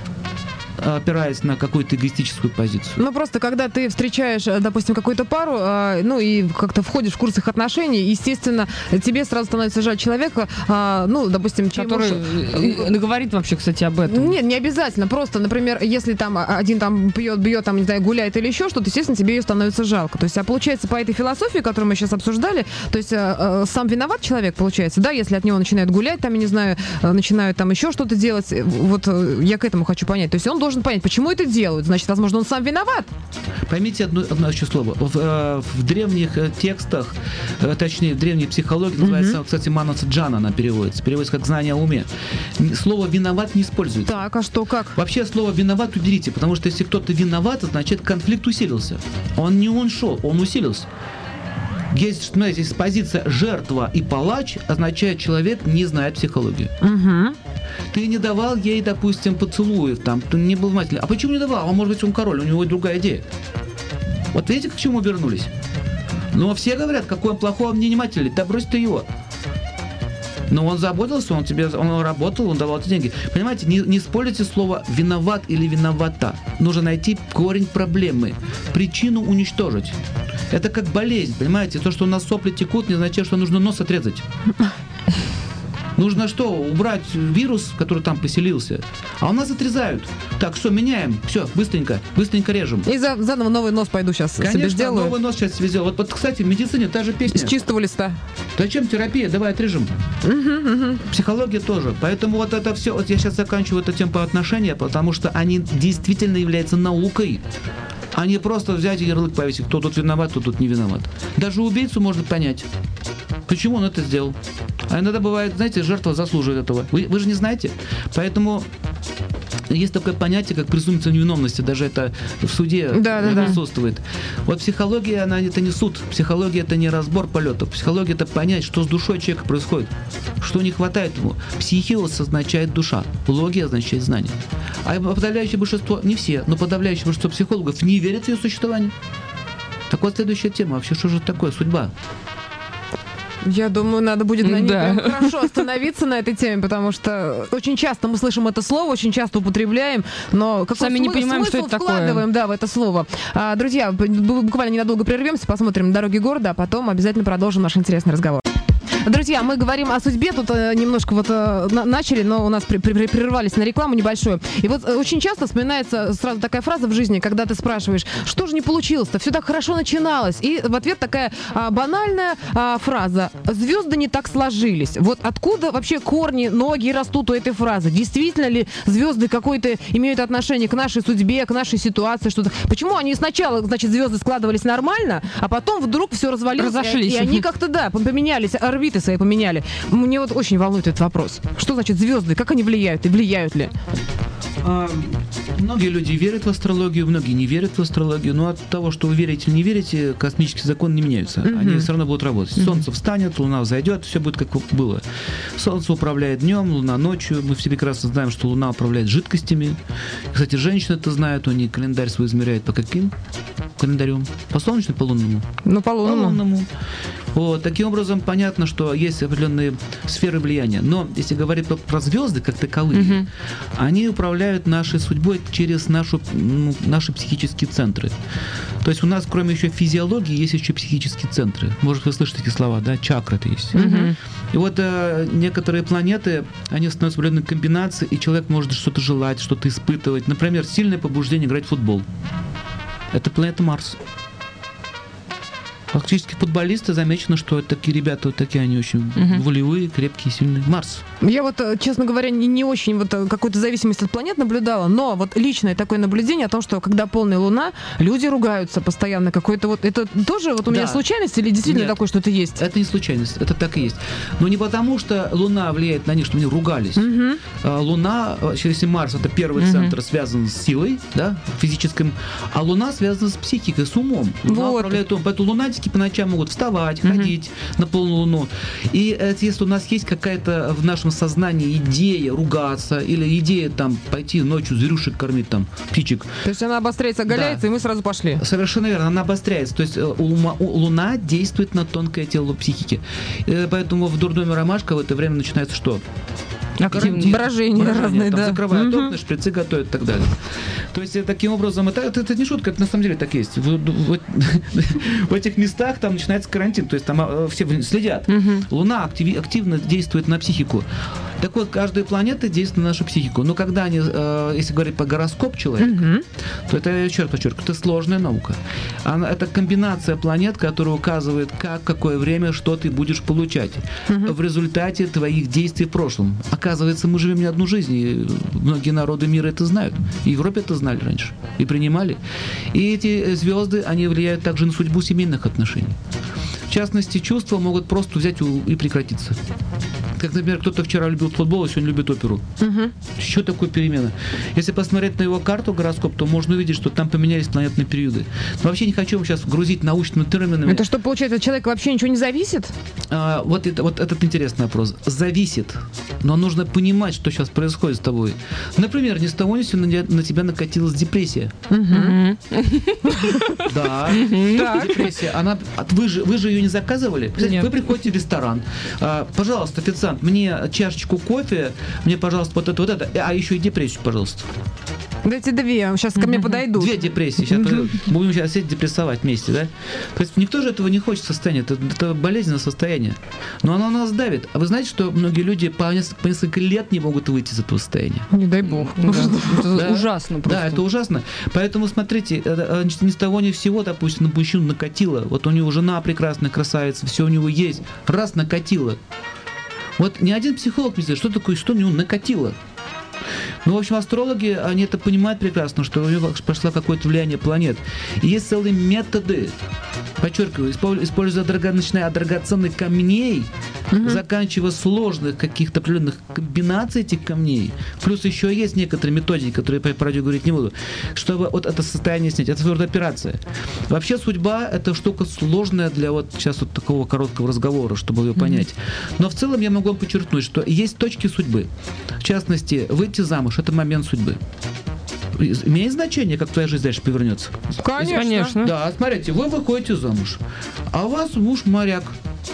опираясь на какую-то эгоистическую позицию. Ну, просто когда ты встречаешь, допустим, какую-то пару, ну, и как-то входишь в курс их отношений, естественно, тебе сразу становится жаль человека, ну, допустим, который муж... говорит вообще, кстати, об этом. Нет, не обязательно. Просто, например, если там один там пьет, бьет, там, не знаю, гуляет или еще что-то, естественно, тебе ее становится жалко. То есть, а получается, по этой философии, которую мы сейчас обсуждали, то есть, сам виноват человек, получается, да, если от него начинают гулять, там, я не знаю, начинают там еще что-то делать, вот я к этому хочу понять. То есть, он должен понять, почему это делают. Значит, возможно, он сам виноват. Поймите одно, одно еще слово. В, в древних текстах, точнее, в древней психологии, mm-hmm. называется, кстати, манаса джана она переводится. Переводится как знание о уме. Слово «виноват» не используется. Так, а что, как? Вообще слово «виноват» уберите, потому что если кто-то виноват, значит, конфликт усилился. Он не ушел, он усилился. Есть, смотрите, есть позиция «жертва» и «палач», означает, человек не знает психологию. Угу. Ты не давал ей, допустим, поцелуев, там, ты не был внимательным. А почему не давал? А может быть, он король, у него другая идея. Вот видите, к чему вернулись? Но все говорят, какой он плохой, он внимательный, да брось ты его. Но он заботился, он тебе, он работал, он давал тебе деньги. Понимаете, не, не используйте слово «виноват» или «виновата». Нужно найти корень проблемы, причину уничтожить. Это как болезнь, понимаете? То, что у нас сопли текут, не означает, что нужно нос отрезать. Нужно что? Убрать вирус, который там поселился. А у нас отрезают. Так, все, меняем. Все, быстренько, быстренько режем. И за, заново новый нос пойду сейчас Конечно, себе сделаю. новый нос сейчас себе сделаю. Вот, вот, кстати, в медицине та же песня. С чистого листа. Зачем терапия? Давай отрежем. Угу, угу. Психология тоже. Поэтому вот это все, вот я сейчас заканчиваю эту тему по отношениям, потому что они действительно являются наукой. А не просто взять и ярлык повесить, кто тут виноват, кто тут не виноват. Даже убийцу можно понять, почему он это сделал. А иногда бывает, знаете, жертва заслуживает этого. Вы, вы же не знаете. Поэтому есть такое понятие, как презумпция невиновности. Даже это в суде да, да, присутствует. Да. Вот психология, она это не суд. Психология это не разбор полетов. Психология это понять, что с душой человека происходит. Что не хватает ему. Психиос означает душа. Логия означает знание. А подавляющее большинство, не все, но подавляющее большинство психологов не верят в ее существование. Так вот, следующая тема. Вообще, что же такое судьба? Я думаю, надо будет на ней да. прям хорошо остановиться на этой теме, потому что очень часто мы слышим это слово, очень часто употребляем, но какой сами не смы- понимаем, смысл что это вкладываем, такое. Да, в это слово. А, друзья, буквально ненадолго прервемся, посмотрим «Дороги города», а потом обязательно продолжим наш интересный разговор. Друзья, мы говорим о судьбе, тут э, немножко вот э, на- начали, но у нас при- при- прервались на рекламу небольшую. И вот э, очень часто вспоминается сразу такая фраза в жизни, когда ты спрашиваешь, что же не получилось-то, все так хорошо начиналось. И в ответ такая а, банальная а, фраза, звезды не так сложились. Вот откуда вообще корни, ноги растут у этой фразы? Действительно ли звезды какое-то имеют отношение к нашей судьбе, к нашей ситуации, что-то? Почему они сначала, значит, звезды складывались нормально, а потом вдруг все развалилось, Разошлись. и, и они как-то, да, поменялись, орбиты свои поменяли. Мне вот очень волнует этот вопрос. Что значит звезды? Как они влияют? И влияют ли? А, многие люди верят в астрологию, многие не верят в астрологию, но от того, что вы верите или не верите, космические законы не меняются. Mm-hmm. Они все равно будут работать. Mm-hmm. Солнце встанет, Луна взойдет, все будет как было. Солнце управляет днем, Луна ночью. Мы все прекрасно знаем, что Луна управляет жидкостями. Кстати, женщины это знают, они календарь свой измеряют по каким календарем? По солнечному, по лунному? Ну, по лунному. По лунному. Вот, таким образом, понятно, что есть определенные сферы влияния. Но если говорить про звезды как таковые, угу. они управляют нашей судьбой через нашу, ну, наши психические центры. То есть у нас, кроме еще физиологии, есть еще психические центры. Может, вы слышите такие слова, да? Чакры-то есть. Угу. И вот э, некоторые планеты, они становятся в определенной комбинации, и человек может что-то желать, что-то испытывать. Например, сильное побуждение играть в футбол. Это планета Марс. Фактически футболисты замечено, что такие ребята, вот такие они очень uh-huh. волевые, крепкие, сильные. Марс. Я вот, честно говоря, не, не очень вот какую-то зависимость от планет наблюдала, но вот личное такое наблюдение о том, что когда полная луна, люди ругаются постоянно. Какой-то вот это тоже вот у меня да. случайность или действительно Нет, такое что-то есть? Это не случайность, это так и есть. Но не потому, что Луна влияет на них, что они ругались. Uh-huh. Луна, если Марс это первый uh-huh. центр, связан с силой, да, физическим, а Луна связана с психикой, с умом. Луна вот. управляет умом. Поэтому лунатики по ночам могут вставать, mm-hmm. ходить на полную луну. И это, если у нас есть какая-то в нашем сознании идея ругаться или идея там пойти ночью зверюшек кормить, там, птичек. То есть она обостряется, оголяется, да. и мы сразу пошли. Совершенно верно, она обостряется. То есть у, у, Луна действует на тонкое тело психики. И поэтому в дурдоме ромашка в это время начинается что? Активные брожения разные, там, да. Закрывают угу. окна, шприцы готовят и так далее. То есть таким образом, это, это, это не шутка, это на самом деле так есть. В, в, в этих местах там начинается карантин, то есть там все следят. Угу. Луна актив, активно действует на психику. Так вот, каждая планета действует на нашу психику. Но когда они, э, если говорить по гороскоп человека, угу. то это, еще раз подчеркиваю, это сложная наука. Она, это комбинация планет, которая указывает, как, какое время, что ты будешь получать. Угу. В результате твоих действий в прошлом. Оказывается, мы живем не одну жизнь, и многие народы мира это знают. И в Европе это знали раньше. И принимали. И эти звезды, они влияют также на судьбу семейных отношений. В частности, чувства могут просто взять и прекратиться. Как, например, кто-то вчера любил футбол, а сегодня любит оперу. Угу. Что такое перемена? Если посмотреть на его карту, гороскоп, то можно увидеть, что там поменялись планетные периоды. Но вообще не хочу вам сейчас грузить научными терминами. Это что, получается, от человека вообще ничего не зависит? А, вот, это, вот этот интересный вопрос. Зависит. Но нужно понимать, что сейчас происходит с тобой. Например, ни с того ни с сего на тебя накатилась депрессия. Да, депрессия. Вы же ее не заказывали? Вы приходите в ресторан. Пожалуйста, официант, мне чашечку кофе, мне, пожалуйста, вот это, вот это, а еще и депрессию, пожалуйста. Дайте две, сейчас ко мне подойдут. Две депрессии, сейчас будем сейчас сидеть депрессовать вместе, да? То есть никто же этого не хочет состояния, это, это болезненное состояние. Но оно нас давит. А вы знаете, что многие люди по несколько, по несколько лет не могут выйти из этого состояния? Не дай бог. Это ужасно просто. Да, это ужасно. Поэтому, смотрите, ни с того ни с сего, допустим, на мужчину накатило. Вот у него жена прекрасная, красавица, все у него есть. Раз накатило. Вот ни один психолог не знает, что такое, что у него накатило. Ну, в общем, астрологи, они это понимают прекрасно, что у него пошло какое-то влияние планет. И есть целые методы, подчеркиваю, используя дорого, начиная от драгоценных камней, угу. заканчивая сложных каких-то определенных комбинаций этих камней. Плюс еще есть некоторые методики, которые я по радио говорить не буду, чтобы вот это состояние снять. Это своего рода операция. Вообще судьба – это штука сложная для вот сейчас вот такого короткого разговора, чтобы ее понять. Но в целом я могу вам подчеркнуть, что есть точки судьбы. В частности, выйти замуж – это момент судьбы. Имеет значение, как твоя жизнь дальше повернется? Конечно. Конечно. Да, смотрите, вы выходите замуж, а у вас муж моряк.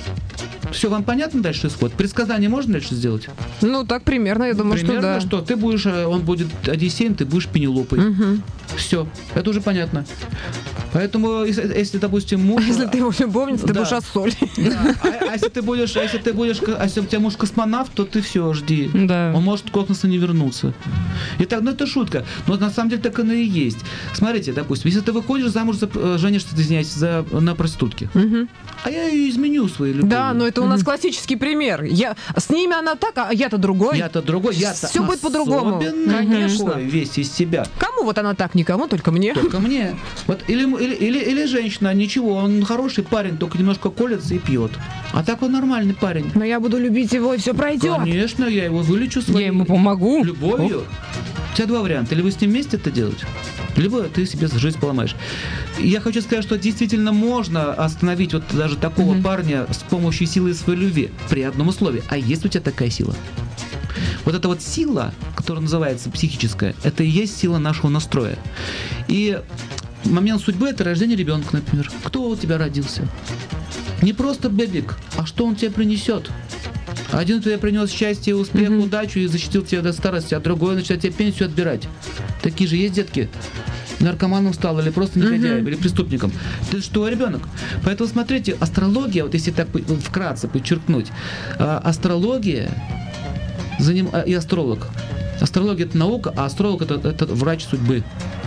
Все, вам понятно дальше исход? Предсказание можно дальше сделать? Ну, так примерно, я думаю, примерно, что да. что ты будешь, он будет Одиссеем, ты будешь Пенелопой. Угу. Все, это уже понятно. Поэтому, если, если допустим, муж... А если ты его любовница, да. ты будешь Ассоль. Да. А, а если ты будешь, а если ты будешь, а если у тебя муж космонавт, то ты все, жди. Да. Он может в космоса не вернуться. Итак, ну это шутка. Но на самом деле так оно и есть. Смотрите, допустим, если ты выходишь замуж, за, женишься, извиняюсь, за, на проститутке. Угу. А я ее изменю своей любовью. Да, но это у нас угу. классический пример. Я, с ними она так, а я-то другой. Я-то другой. Я-то все будет по-другому. Конечно. Весь из себя. Кому вот она так? Никому, только мне. Только мне. Вот или, или, или, или женщина, ничего, он хороший парень, только немножко колется и пьет. А так он нормальный парень. Но я буду любить его, и все пройдет. Конечно, я его вылечу своей я ему помогу. любовью. У тебя два варианта. Или вы с ним вместе это делаете, либо ты себе жизнь поломаешь. Я хочу сказать, что действительно можно остановить вот даже такого mm-hmm. парня с помощью силы своей любви при одном условии. А есть у тебя такая сила? Вот эта вот сила, которая называется психическая, это и есть сила нашего настроя. И момент судьбы – это рождение ребенка, например. Кто у тебя родился? Не просто бэбик, а что он тебе принесет. Один тебе принес счастье, успех, mm-hmm. удачу и защитил тебя до старости, а другой начинает тебе пенсию отбирать. Такие же есть детки. Наркоманом стал, или просто негодяем, mm-hmm. или преступником. Ты что, ребенок? Поэтому смотрите, астрология, вот если так вкратце подчеркнуть, астрология заним... и астролог. Астрология — это наука, а астролог — это, это врач судьбы.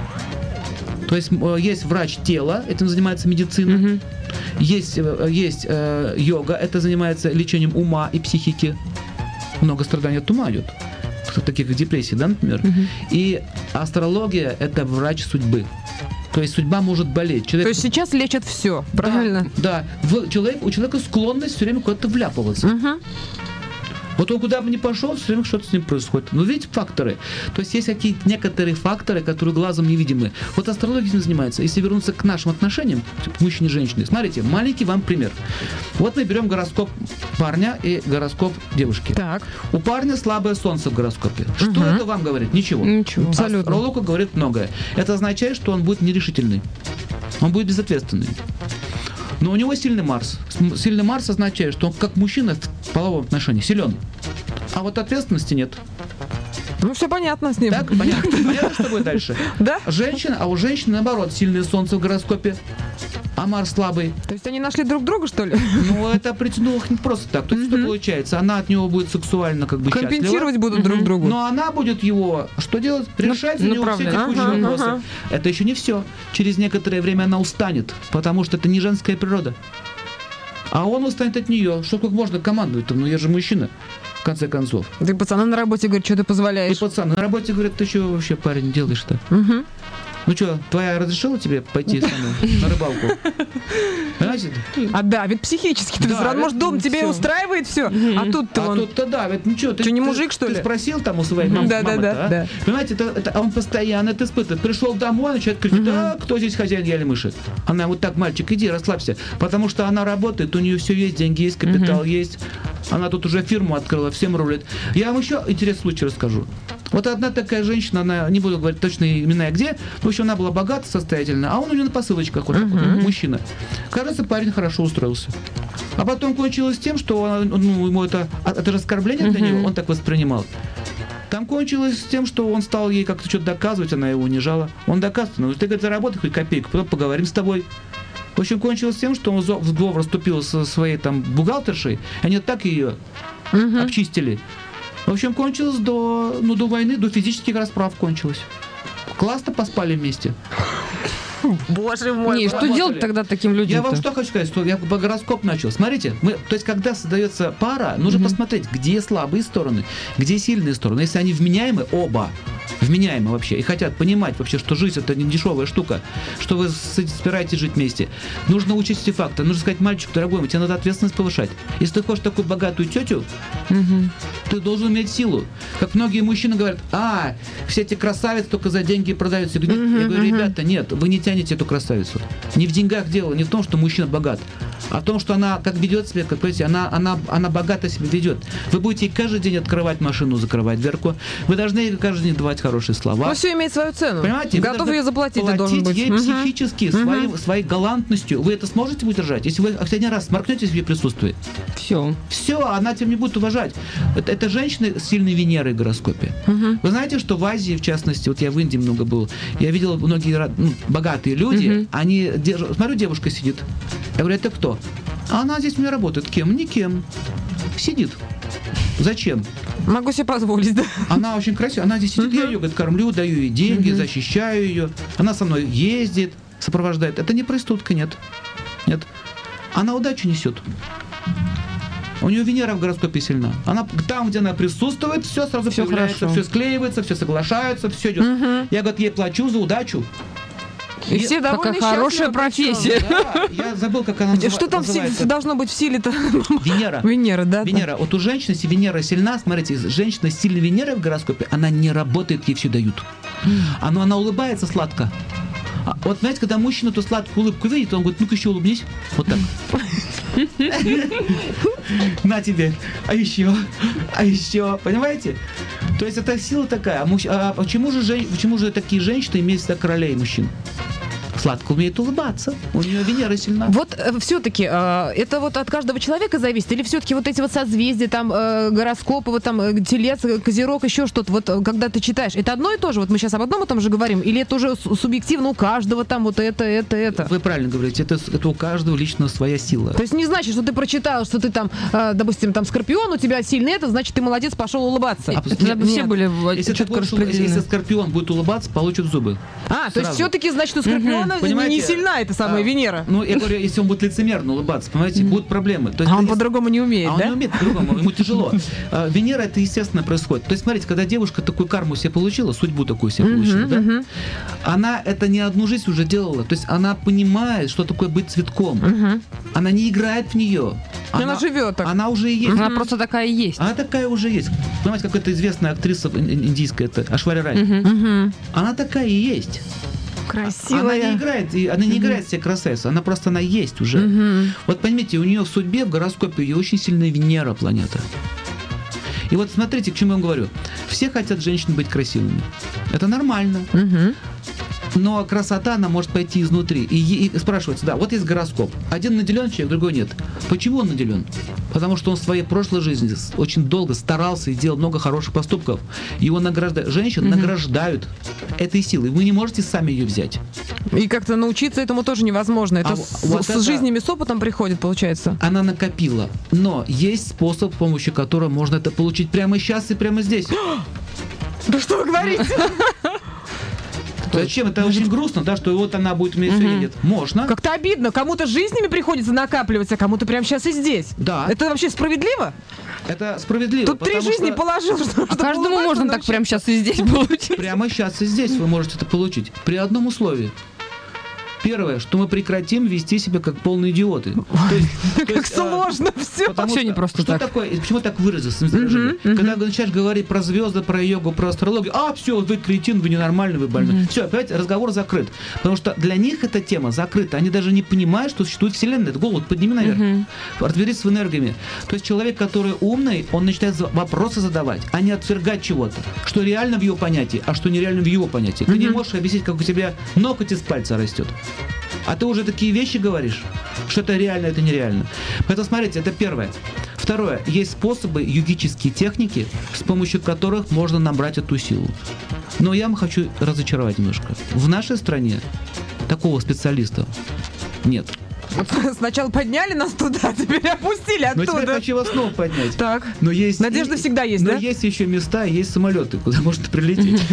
То есть есть врач тела, этим занимается медицина. Mm-hmm. Есть, есть э, йога, это занимается лечением ума и психики. Много страданий от ума идет. Таких как депрессии, да, например. Uh-huh. И астрология — это врач судьбы. То есть судьба может болеть. Человек... То есть сейчас лечат все, правильно? Да. да. В, человек, у человека склонность все время куда-то вляпываться. Uh-huh. Вот он куда бы ни пошел, все время что-то с ним происходит. Но видите, факторы. То есть есть какие-то некоторые факторы, которые глазом невидимы. Вот астрология этим занимается. Если вернуться к нашим отношениям, мужчины и женщины, смотрите, маленький вам пример. Вот мы берем гороскоп парня и гороскоп девушки. Так. У парня слабое солнце в гороскопе. Что угу. это вам говорит? Ничего. Ничего. Абсолютно. Астролог говорит многое. Это означает, что он будет нерешительный. Он будет безответственный. Но у него сильный Марс. Сильный Марс означает, что он как мужчина в половом отношении силен. А вот ответственности нет. Ну, все понятно с ним. Так, понятно. Понятно, что будет дальше? Да. Женщина, а у женщины, наоборот, сильное солнце в гороскопе, а Марс слабый. То есть они нашли друг друга, что ли? Ну, это притянуло их не просто так. То есть, что получается? Она от него будет сексуально как бы счастлива. Компенсировать будут друг другу. Но она будет его, что делать? Решать за него все текущие вопросы. Это еще не все. Через некоторое время она устанет, потому что это не женская природа. А он устанет от нее. Что как можно командовать-то? Ну, я же мужчина, в конце концов. Ты пацаны на работе говорят, что ты позволяешь. И пацаны на работе говорят, ты что вообще, парень, делаешь-то? Угу. Ну что, твоя разрешила тебе пойти со мной на рыбалку? Понимаете? А давит психически. Ты Да, сразу, может, дом это тебя и всё. устраивает все, а тут-то А он... тут-то да, ведь ну что, ты, Что, не ты- мужик, что ты ли? спросил там у своей мамы, Да, да, мамы-то, да, а? да. Понимаете, это, это- а он постоянно это испытывает. Пришел домой, начинает кричать, да, кто здесь хозяин, я или мыши? Она вот так, мальчик, иди, расслабься. Потому что она работает, у нее все есть, деньги есть, капитал есть. Она тут уже фирму открыла, всем рулит. Я вам еще интересный случай расскажу. Вот одна такая женщина, она, не буду говорить точные имена и где, в общем, она была богата, состоятельна, а он у нее на посылочках, вот, такой, мужчина. Кажется, парень хорошо устроился. А потом кончилось тем, что он, ну, ему это, это же оскорбление для него, он так воспринимал. Там кончилось тем, что он стал ей как-то что-то доказывать, она его унижала. Он доказывает, ну ты, говорит, заработай хоть копейку, потом поговорим с тобой. В общем, кончилось тем, что он в сговор вступил со своей там бухгалтершей, они так ее обчистили. В общем, кончилось до, ну, до войны, до физических расправ кончилось. Классно поспали вместе. Боже мой. Не, что работали. делать тогда таким людям? Я вам что хочу сказать, что я по гороскоп начал. Смотрите, мы, то есть, когда создается пара, нужно mm-hmm. посмотреть, где слабые стороны, где сильные стороны. Если они вменяемы, оба вменяемы вообще, и хотят понимать вообще, что жизнь это не дешевая штука, что вы собираетесь жить вместе, нужно учесть эти факты. Нужно сказать, мальчик, дорогой, тебе надо ответственность повышать. Если ты хочешь такую богатую тетю, mm-hmm. ты должен иметь силу. Как многие мужчины говорят, а, все эти красавицы только за деньги продаются. Я говорю, mm-hmm. я говорю, ребята, нет, вы не тянете эту красавицу. Не в деньгах дело, не в том, что мужчина богат, а в том, что она как ведет себя, как говорите, она, она, она богато себя ведет. Вы будете ей каждый день открывать машину, закрывать дверку. Вы должны ей каждый день давать хорошие слова. Ну, все имеет свою цену. Понимаете? Готов ее заплатить, ты должен быть. ей Угу. психически, Угу. своей, своей галантностью. Вы это сможете удержать? Если вы хоть один раз сморкнетесь в ее присутствии, Все. все, она тебя не будет уважать. Это, это женщины с сильной Венерой в гороскопе. Угу. Вы знаете, что в Азии, в частности, вот я в Индии много был, я видел многие ну, богатые люди, Мгм. они держат, смотрю, девушка сидит. Я говорю, это кто? А она здесь у меня работает. Кем? Никем. Сидит. Зачем? Могу себе позволить, да. Она очень красивая. Она здесь сидит, я ее, говорит, кормлю, даю ей деньги, Мгм. защищаю ее. Она со мной ездит, сопровождает. Это не проститутка, нет. Нет. Она удачу несет. У нее Венера в гороскопе сильна. Она там, где она присутствует, все сразу Всё появляется, хорошо. все склеивается, все соглашаются, все идет. Мгм. Я, говорит, ей плачу за удачу. И И- все довольны, Какая хорошая счастливы, профессия. Да, я забыл, как она называ- Что там в силе- называется. должно быть в силе-то? Венера. Венера, да? Венера. Вот у женщины, если Венера сильна, смотрите, женщина с сильной Венерой в гороскопе, она не работает, ей все дают. Она, она улыбается сладко. А вот знаете, когда мужчина ту сладкую улыбку видит, он говорит, ну-ка еще улыбнись. Вот так. На тебе. А еще. А еще. Понимаете? То есть это сила такая. А, мужч- а почему, же, жен- почему же такие женщины имеют всегда королей мужчин? сладко умеет улыбаться. У нее Венера сильна. Вот э, все-таки э, это вот от каждого человека зависит? Или все-таки вот эти вот созвездия, там, э, гороскопы, вот там, э, телец, козерог, еще что-то, вот э, когда ты читаешь, это одно и то же? Вот мы сейчас об одном и том же говорим? Или это уже субъективно у каждого там вот это, это, это? Вы правильно говорите, это, это у каждого лично своя сила. То есть не значит, что ты прочитал, что ты там, э, допустим, там Скорпион, у тебя сильный это, значит, ты молодец, пошел улыбаться. А, Это нет, все нет. были Если, четко будешь, распределены. если Скорпион будет улыбаться, получит зубы. А, то есть Сразу. все-таки, значит, у Скорпиона Угу. не, не сильна эта самая а, Венера. Ну, я говорю, если он будет лицемерно улыбаться, понимаете, будут проблемы. То есть, А он если- по-другому не умеет, А он да? не умеет по-другому, ему тяжело. А, Венера, это естественно происходит. То есть, смотрите, когда девушка такую карму себе получила, судьбу такую себе получила, да, мгм. она это не одну жизнь уже делала. То есть, она понимает, что такое быть цветком. Мгм. Она не играет в нее. Она живет так. Она уже и есть. Она просто такая и есть. Она такая уже есть. Понимаете, как эта известная актриса ин- ин- индийская, это Ашваря Рай. Мгм. Мгм. Она такая и есть. Она не Красивая. играет, и она не играет себе красавицу, она просто она есть уже. Мгм. Вот поймите, у нее в судьбе, в гороскопе, у нее очень сильная Венера планета. И вот смотрите, к чему я вам говорю. Все хотят женщин быть красивыми. Это нормально. Мгм. Но красота, она может пойти изнутри. И, е- и спрашивается, да, вот есть гороскоп. Один наделен человек, другой нет. Почему он наделен? Потому что он в своей прошлой жизни с- очень долго старался и делал много хороших поступков. Его награждают. Женщин награждают этой силой. Вы не можете сами ее взять. И как-то научиться этому тоже невозможно. Это А с, вот с это- жизнями, с опытом приходит, получается. Она накопила. Но есть способ, с помощью которого можно это получить прямо сейчас и прямо здесь. Да что вы говорите? Зачем? Это очень грустно, да, что вот она будет уметь все едет. Можно. Как-то обидно. Кому-то жизнями приходится накапливать, а кому-то прямо сейчас и здесь. Да. Это вообще справедливо? Это справедливо. Тут три потому жизни что положил, что А каждому можно так прямо сейчас и здесь получить. Прямо сейчас и здесь вы можете это получить. При одном условии. Первое, что мы прекратим вести себя как полные идиоты. То есть- то Как есть, э, сложно все. потому Всё что- не просто что так. такое, и почему так выразился выражение? Когда начинаешь говорить про звезды, про йогу, про астрологию, а, все, вы кретин, вы ненормальный, вы больной. Все, понимаете, разговор закрыт. Потому что для них эта тема закрыта. Они даже не понимают, что существует Вселенная. Это голову подними наверх. Разберись с энергиями. То есть человек, который умный, он начинает за- вопросы задавать, а не отвергать чего-то, что реально в его понятии, а что нереально в его понятии. Ты не можешь объяснить, как у тебя ноготь из пальца растет. А ты уже такие вещи говоришь, что это реально, это нереально. Поэтому смотрите, это первое. Второе. Есть способы, йогические техники, с помощью которых можно набрать эту силу. Но я вам хочу разочаровать немножко. В нашей стране такого специалиста нет. Вот сначала подняли нас туда, теперь опустили Но теперь оттуда. хочу вас снова поднять. Так. Но есть Надежда и- всегда есть, но да? есть еще места, есть самолеты, куда можно прилететь.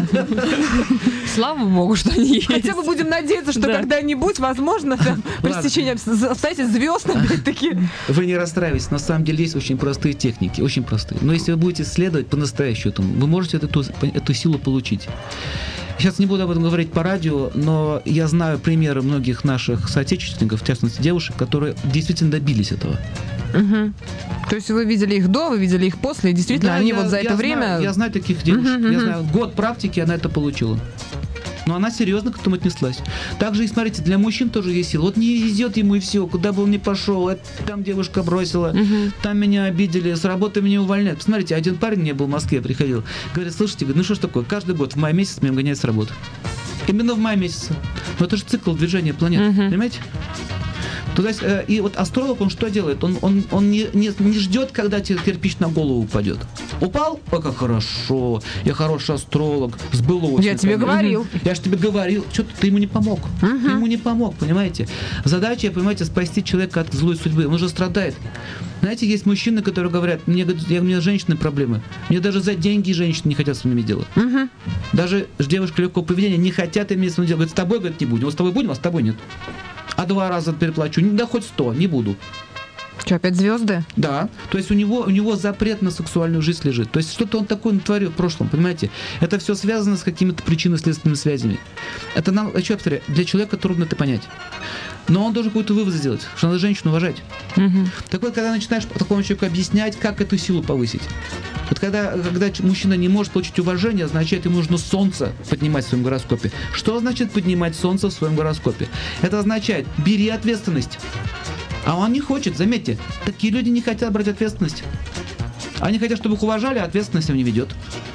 Слава богу, что они есть. Хотя бы будем надеяться, что Да. когда-нибудь, возможно, там, при Ладно. стечении обс- обстоятельств звезд, опять-таки. Вы не расстраивайтесь, на самом деле есть очень простые техники, очень простые. Но если вы будете исследовать по-настоящему, этому, вы можете эту, эту силу получить. Сейчас не буду об этом говорить по радио, но я знаю примеры многих наших соотечественников, в частности девушек, которые действительно добились этого. Мгм. То есть вы видели их до, вы видели их после, и действительно, Да, они я- вот за я это знаю- время... Я знаю таких девушек, Мгм, я мгм. знаю, год практики она это получила. Но она серьезно к этому отнеслась. Также и смотрите, для мужчин тоже есть сила. Вот не везет ему и все, куда бы он ни пошел. Это там девушка бросила, там меня обидели, с работы меня увольняют. Посмотрите, один парень мне был в Москве, приходил. Говорит, слушайте, говорит, ну что ж такое, каждый год в мае месяц меня гоняют с работы. Именно в мае месяце. Но это же цикл движения планет, Мгм. понимаете? То есть, э, и вот астролог, он что делает? Он, он, он не, не, не ждет, когда тебе кирпич на голову упадет. Упал? Ой, как хорошо. Я хороший астролог. Сбылось. Я тебе наконец. говорил. Я же тебе говорил. Что ты ему не помог? Ты ему не помог, понимаете? Задача, понимаете, спасти человека от злой судьбы. Он уже страдает. Знаете, есть мужчины, которые говорят, мне, говорят, я, у меня с женщиной проблемы. Мне даже за деньги женщины не хотят с ними делать. Мгм. Даже девушки легкого поведения не хотят иметь с ним делать. Говорят, с тобой, говорит, не будем. Вот с тобой будем, а с тобой нет. А два раза переплачу. Да хоть сто, не буду. Что, опять звезды? Да, то есть у него, у него запрет на сексуальную жизнь лежит. То есть что-то он такое натворил в прошлом, понимаете? Это все связано с какими-то причинно-следственными связями. Это нам, еще раз повторяю, для человека трудно это понять. Но он должен какой-то вывод сделать, что надо женщину уважать. Мгм. Так вот, когда начинаешь такому человеку объяснять, как эту силу повысить. Вот когда, когда ч- мужчина не может получить уважение, означает, ему нужно солнце поднимать в своем гороскопе. Что значит поднимать солнце в своем гороскопе? Это означает, бери ответственность. А он не хочет, заметьте, такие люди не хотят брать ответственность. Они хотят, чтобы их уважали, а ответственность им не ведет.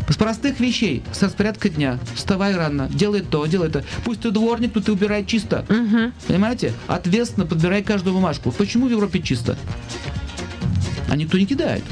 С простых вещей, с распорядка дня. Вставай рано, делай то, делай то. Пусть ты дворник, но ты убирай чисто. Угу. Понимаете? Ответственно подбирай каждую бумажку. Почему в Европе чисто? А никто не кидает.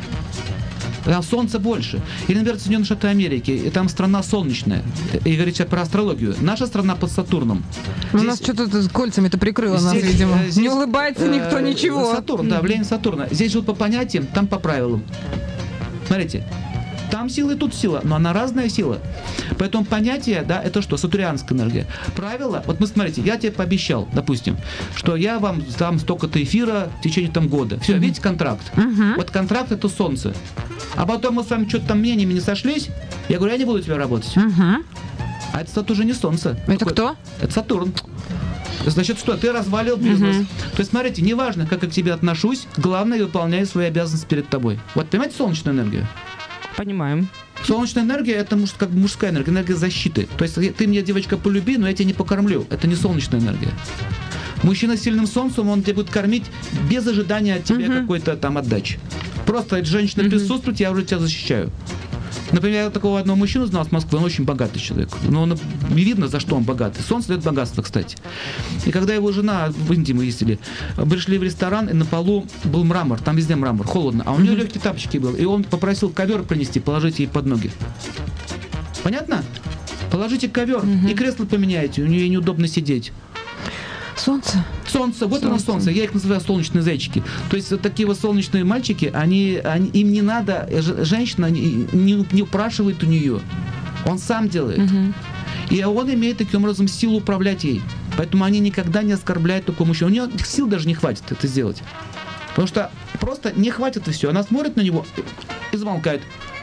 Там солнца больше. Или, например, Соединенные Штаты Америки, и там страна солнечная. И говорить про астрологию. Наша страна под Сатурном. У Здесь... нас что-то с кольцами-то прикрыло нас, видимо. Здесь, не улыбается э, никто, ничего. Сатурн, да, влияние Сатурна. Здесь живут по понятиям, там по правилам. Смотрите. Там сила и тут сила, но она разная сила. Поэтому понятие, да, это что? Сатурнианская энергия. Правило, вот мы смотрите, я тебе пообещал, допустим, что я вам дам столько-то эфира в течение там года. Все, mm-hmm. видите, контракт. Mm-hmm. Вот контракт — это солнце. А потом мы с вами что-то там мнениями не сошлись, я говорю, я не буду тебя работать. Mm-hmm. А это, кстати, уже не солнце. Это Такой, кто? Это Сатурн. Значит, что? Ты развалил бизнес. Mm-hmm. То есть, смотрите, неважно, как я к тебе отношусь, главное, выполняю свои обязанности перед тобой. Вот, понимаете, солнечную энергию? Понимаем. Солнечная энергия — это муж, как мужская энергия, энергия защиты. То есть ты меня, девочка, полюби, но я тебя не покормлю. Это не солнечная энергия. Мужчина с сильным солнцем, он тебя будет кормить без ожидания от тебя uh-huh. какой-то там отдачи. Просто женщина uh-huh. присутствует, я уже тебя защищаю. Например, я такого одного мужчину знал с Москвы, он очень богатый человек. Но он, не видно, за что он богатый. Солнце дает богатство, кстати. И когда его жена, в Индии мы ездили, пришли в ресторан, и на полу был мрамор, там везде мрамор, холодно, а у нее mm-hmm. легкие тапочки были. И он попросил ковер принести, положить ей под ноги. Понятно? Положите ковер mm-hmm. и кресло поменяйте, у нее неудобно сидеть. Солнце. Солнце, вот солнце. Оно солнце. Я их называю солнечные зайчики. То есть вот такие вот солнечные мальчики, они, они, им не надо, женщина не, не, не упрашивает у нее. Он сам делает. Угу. И он имеет таким образом силу управлять ей. Поэтому они никогда не оскорбляют такого мужчину. У нее сил даже не хватит это сделать. Потому что просто не хватит и все. Она смотрит на него и замолкает.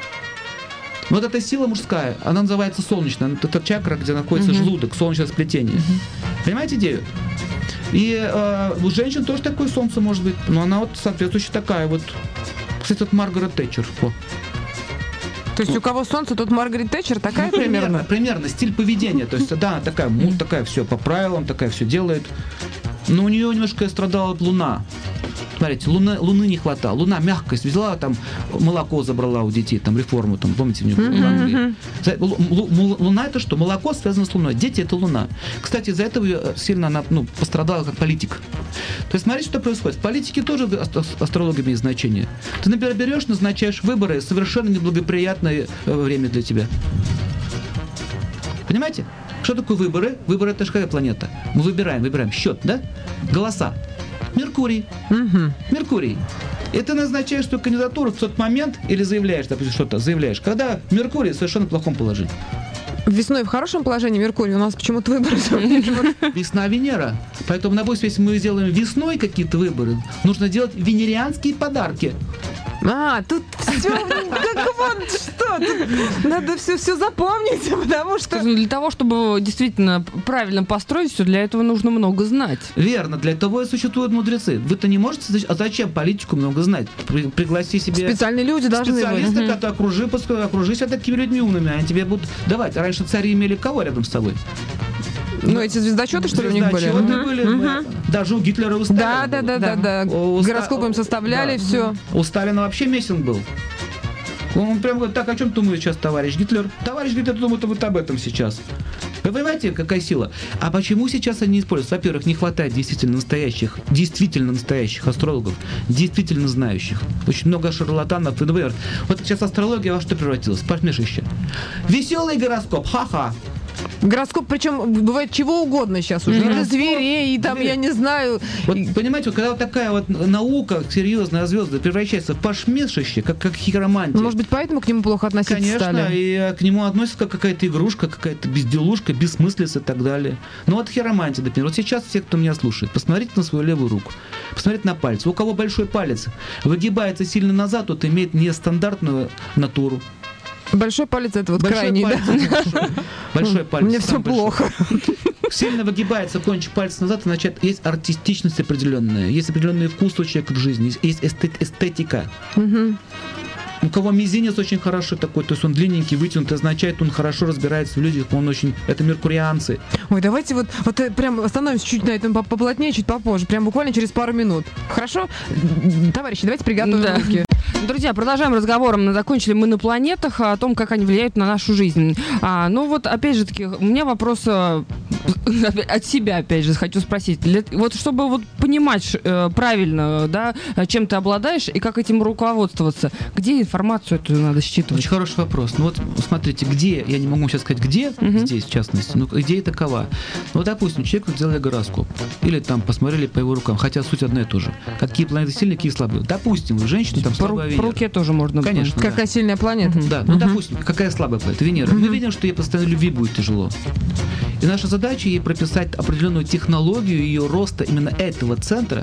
Вот эта сила мужская, она называется солнечная. Это чакра, где находится uh-huh. желудок, солнечное сплетение. Uh-huh. Понимаете идею? И э, у женщин тоже такое солнце может быть. Но она вот соответствующая такая вот. Кстати, вот Маргарет Тэтчер. О. То есть ну, у кого солнце, тот Маргарет Тэтчер, такая ну, примерно? примерно? Примерно, стиль поведения. То есть, да, такая, mm-hmm. такая все по правилам, такая все делает. Но у нее немножко страдала луна. Смотрите, луны, луны не хватало. Луна мягкость взяла, там молоко забрала у детей, там реформу, там, помните, у них в Англии. Mm-hmm. Луна — это что? Молоко связано с луной. Дети — это луна. Кстати, из-за этого сильно она ну, пострадала как политик. То есть, смотрите, что происходит. В политике тоже астрология имеет значение. Ты, например, берешь, назначаешь выборы, совершенно неблагоприятное время для тебя. Понимаете? Что такое выборы? Выборы — это же какая планета? Мы выбираем, выбираем счет, да? Голоса. Меркурий. Угу. Меркурий. И ты назначаешь свою кандидатуру в тот момент или заявляешь, допустим, что-то заявляешь, когда Меркурий в совершенно плохом положении. Весной в хорошем положении Меркурий, у нас почему-то выборы. Весна Венера. Поэтому, допустим, если мы сделаем весной какие-то выборы, нужно делать венерианские подарки. А, тут все, как вот что, тут надо все, все запомнить, потому что... Для того, чтобы действительно правильно построить все, для этого нужно много знать. Верно, для того и существуют мудрецы. Вы-то не можете, а зачем политику много знать? При, пригласи себе... Специальные люди должны быть. Специалисты, Угу. которые окружи, окружи себя такими людьми умными, они тебе будут давать. Раньше цари имели кого рядом с собой? Ну, эти звездочеты, что ли, у них были? Звездочеты были. Угу. Даже у Гитлера, у Сталина. Да, да, да, да, да. У Гороскопы им составляли, да. все. У Сталина вообще мессинг был. Он прям говорит, так, о чем думает сейчас товарищ Гитлер? Товарищ Гитлер думает вот об этом сейчас. Вы понимаете, какая сила? А почему сейчас они используют? Во-первых, не хватает действительно настоящих, действительно настоящих астрологов, действительно знающих. Очень много шарлатанов. Например, вот сейчас астрология во что превратилась? Посмешище. Веселый гороскоп, ха-ха. Гороскоп, причем бывает чего угодно сейчас уже. Mm-hmm. И зверей, и там, Зверь. я не знаю. Вот, понимаете, вот, когда вот такая вот наука, серьезная звезда, превращается в посмешище, как, как хиромантия. Может быть, поэтому к нему плохо относиться Конечно, стали? Конечно, и к нему относятся как какая-то игрушка, какая-то безделушка, бессмыслица и так далее. Ну вот хиромантия, например. Вот сейчас все, кто меня слушает, посмотрите на свою левую руку, посмотрите на пальцы. У кого большой палец выгибается сильно назад, тот имеет нестандартную натуру. Большой палец — это вот большой крайний, палец, да? Большой, большой палец. Мне все плохо. Сильно выгибается кончик пальца назад, значит, есть артистичность определенная, есть определенный вкус у человека в жизни, есть эстетика. Угу. У кого мизинец очень хороший такой, то есть он длинненький, вытянутый, означает, он хорошо разбирается в людях, он очень... Это меркурианцы. Ой, давайте вот, вот прям остановимся чуть на этом поплотнее, чуть попозже, прям буквально через пару минут. Хорошо? Товарищи, давайте приготовим да. руки. Друзья, продолжаем разговор. Мы закончили мы на планетах, о том, как они влияют на нашу жизнь. А, ну вот, опять же таки, у меня вопрос э, от себя, опять же, хочу спросить. Для, вот чтобы вот понимать э, правильно, да, чем ты обладаешь и как этим руководствоваться, где информацию эту надо считывать? Очень хороший вопрос. Ну вот, смотрите, где, я не могу сейчас сказать, где uh-huh. здесь, в частности, но идея такова. Ну, допустим, человеку сделали гороскоп, или там посмотрели по его рукам, хотя суть одна и та же. Какие планеты сильные, какие слабые. Допустим, вы женщина, там слабая Венера. По руке тоже можно. Конечно, какая да. сильная планета. Да, ну, uh-huh. допустим, какая слабая планета, Венера. Uh-huh. Мы видим, что ей постоянно любви будет тяжело. И наша задача ей прописать определенную технологию ее роста именно этого центра,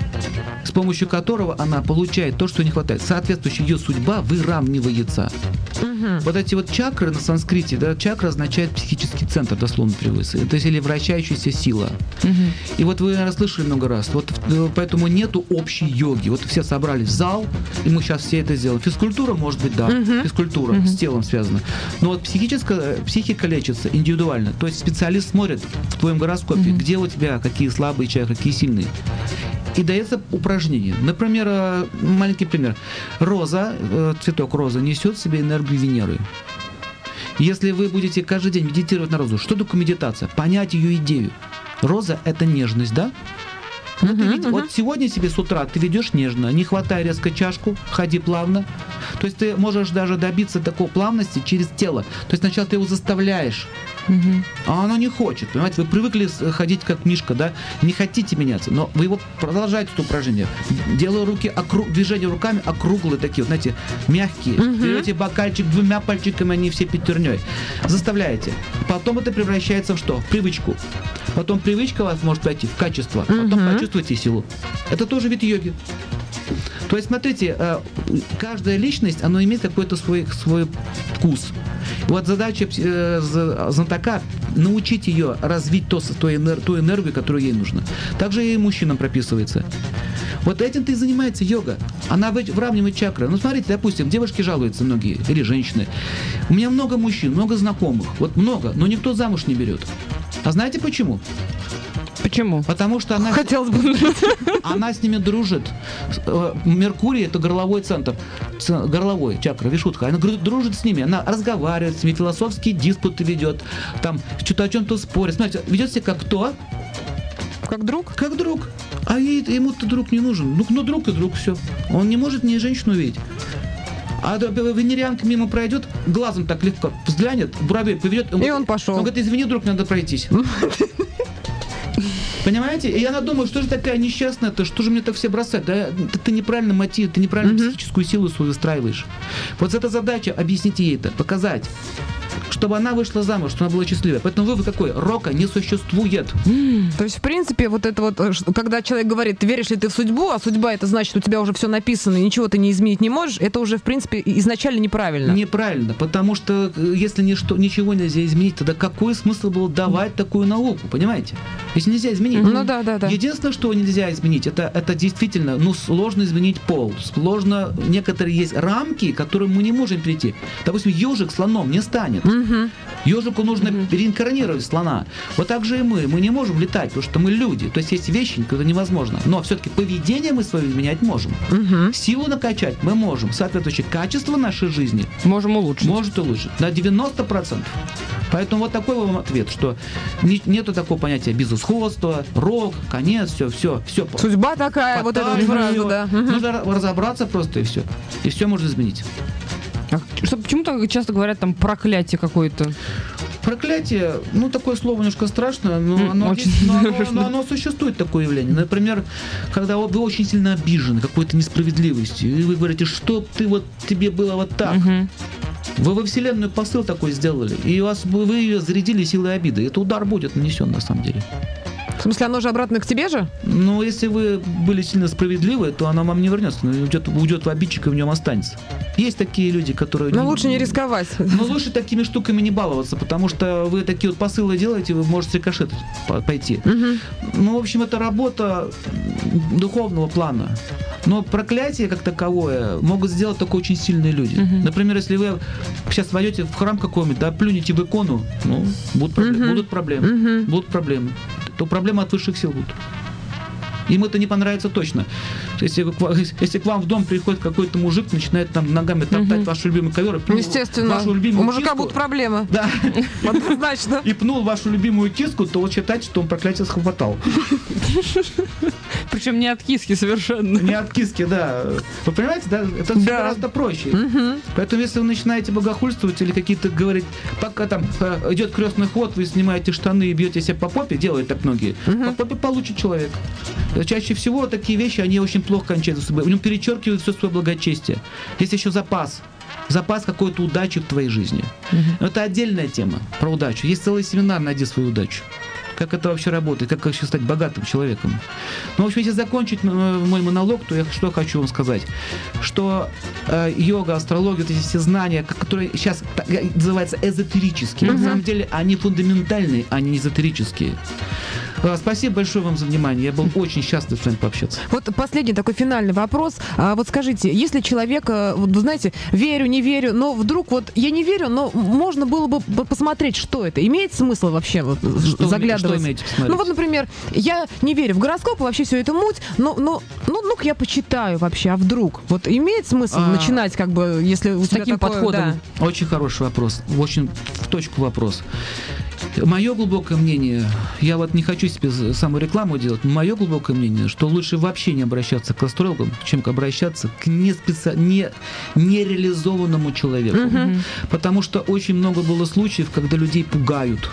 с помощью которого она получает то, что не хватает. Соответствующая ее судьба выравнивается. Угу. Вот эти вот чакры на санскрите, да, чакра означает психический центр, дословно переводится. То есть или вращающаяся сила. Угу. И вот вы, наверное, слышали много раз. Вот поэтому нету общей йоги. Вот все собрались в зал, и мы сейчас все это сделаем. Физкультура, может быть, да. Угу. Физкультура угу. с телом связана. Но вот психическая, психика лечится индивидуально. То есть специалист смотрит в твоем гороскопе, угу. где у тебя какие слабые чакры, какие сильные. И дается упражнение. Например, маленький пример. Роза, цветок розы, несет в себе энергию Венеры. Если вы будете каждый день медитировать на розу, что такое медитация? Понять ее идею. Роза – это нежность, да? Вот, uh-huh, ведь, uh-huh. вот сегодня себе с утра ты ведешь нежно, не хватай резко чашку, ходи плавно. То есть ты можешь даже добиться такой плавности через тело. То есть сначала ты его заставляешь, uh-huh. а оно не хочет. Понимаете, вы привыкли ходить как мишка, да? Не хотите меняться, но вы его продолжаете это упражнение. Делая руки, округ, движения руками округлые такие, вот, знаете, мягкие. Uh-huh. Берете бокальчик двумя пальчиками, они все пятерней. Заставляете. Потом это превращается в что? В привычку. Потом привычка вас может войти в качество, потом uh-huh. почувствуйте силу. Это тоже вид йоги. То есть, смотрите, каждая личность, она имеет какой-то свой, свой вкус. И вот задача знатока – научить ее развить то, ту, энер, ту энергию, которую ей нужно. Также и мужчинам прописывается. Вот этим-то и занимается йога. Она выравнивает чакры. Ну, смотрите, допустим, девушки жалуются многие, или женщины. У меня много мужчин, много знакомых. Вот много, но никто замуж не берет. А знаете почему? Почему? Потому что она, Хотелось бы. она с ними дружит. Меркурий – это горловой центр, горловой, чакра, вишутха. Она дружит с ними, она разговаривает с ними, философские диспуты ведет, там что-то о чем-то спорит. Смотрите, ведет себя как кто? Как друг? Как друг. А ей, ему-то друг не нужен. Ну, ну, друг и друг, все. Он не может ни женщину увидеть. А венерианка мимо пройдет, глазом так легко взглянет, бровей поведет. И он пошел. Он говорит, извини, друг, надо пройтись. Понимаете? И она думает, что же такая несчастная-то, что же мне так все бросать? Да ты, ты неправильно мотив, ты неправильно mm-hmm. психическую силу свою выстраиваешь. Вот эта задача, объяснить ей это, показать, чтобы она вышла замуж, чтобы она была счастливой. Поэтому вывод какой? Рока не существует. Mm. То есть, в принципе, вот это вот, когда человек говорит, веришь ли ты в судьбу, а судьба это значит, у тебя уже все написано, и ничего ты не изменить не можешь, это уже, в принципе, изначально неправильно. Неправильно, потому что если ничто, ничего нельзя изменить, тогда какой смысл было давать mm. такую науку, понимаете? Если нельзя изменить. Ну да, да, да. Единственное, что нельзя изменить, это, это действительно, ну, сложно изменить пол. Сложно, некоторые есть рамки, которые мы не можем перейти. Допустим, ежик слоном не станет. Угу. Ежику нужно угу. реинкарнировать слона. Вот так же и мы. Мы не можем летать, потому что мы люди. То есть есть вещи, которые невозможно. Но все-таки поведение мы свое изменять можем. Угу. Силу накачать мы можем. Соответствующее качество нашей жизни можем улучшить. Может улучшить. На девяносто процентов. Поэтому вот такой вам ответ, что не, нету такого понятия безысходства, рок, конец, все, все, все. Судьба такая, вот эта вот фраза, да. Нужно разобраться просто и все. И все можно изменить. А что, почему-то часто говорят там проклятие какое-то. Проклятие, ну, такое слово немножко страшное, но, оно, очень есть, но, оно, но оно существует, такое явление. Например, когда вы очень сильно обижены какой-то несправедливостью, и вы говорите, что ты вот, тебе было вот так. Угу. Вы во Вселенную посыл такой сделали, и вас, вы ее зарядили силой обиды. Это удар будет нанесен на самом деле. В смысле, оно же обратно к тебе же? Ну, если вы были сильно справедливы, то оно вам не вернется, но уйдет, уйдет в обидчик и в нем останется. Есть такие люди, которые... Но не, лучше не рисковать. Но лучше такими штуками не баловаться, потому что вы такие вот посылы делаете, вы можете рикошет пойти. Угу. Ну, в общем, это работа духовного плана. Но проклятие как таковое могут сделать только очень сильные люди. Uh-huh. Например, если вы сейчас войдете в храм какой-нибудь, да, плюнете в икону, ну, будут проблемы. Uh-huh. Будут проблемы. Uh-huh. Будут проблемы. То проблемы от высших сил будут. Им это не понравится точно. Если, если к вам в дом приходит какой-то мужик, начинает там ногами топтать угу. ваш любимый ковер, пнул естественно, вашу любимую у мужика киску, будут проблемы. Да. Однозначно. И пнул вашу любимую киску, то вот считайте, что он проклятие схватал. Причем не от киски совершенно. Не от киски, да. Вы понимаете, да? Это все да. гораздо проще. Угу. Поэтому, если вы начинаете богохульствовать или какие-то говорить, пока там идет крестный ход, вы снимаете штаны и бьете себя по попе, делают так многие, угу. по попе получит человек. Чаще всего такие вещи, они очень плохо кончаются с собой. В нем перечеркивают все свое благочестие. Есть еще запас. Запас какой-то удачи в твоей жизни. Угу. Но это отдельная тема про удачу. Есть целый семинар «Найди свою удачу». Как это вообще работает, как вообще стать богатым человеком. Ну, в общем, если закончить мой монолог, то я что хочу вам сказать, что э, йога, астрология, вот эти все знания, которые сейчас называются эзотерические, mm-hmm. на самом деле они фундаментальные, они не эзотерические. Спасибо большое вам за внимание. Я был очень счастлив с вами пообщаться. Вот последний такой финальный вопрос. А вот скажите, если человек, вот, вы знаете, верю, не верю, но вдруг вот я не верю, но можно было бы посмотреть, что это. Имеет смысл вообще вот, что заглядывать? Что имеете посмотреть? Ну вот, например, я не верю в гороскоп, вообще все это муть, но, но ну, ну-ка я почитаю вообще, а вдруг? Вот имеет смысл а... начинать, как бы, если у с тебя таким такое, подходом? Да. Очень хороший вопрос, очень в точку вопрос. Мое глубокое мнение, я вот не хочу себе саморекламу делать, но мое глубокое мнение, что лучше вообще не обращаться к астрологам, чем обращаться к неспеци... не... нереализованному человеку. Mm-hmm. Потому что очень много было случаев, когда людей пугают.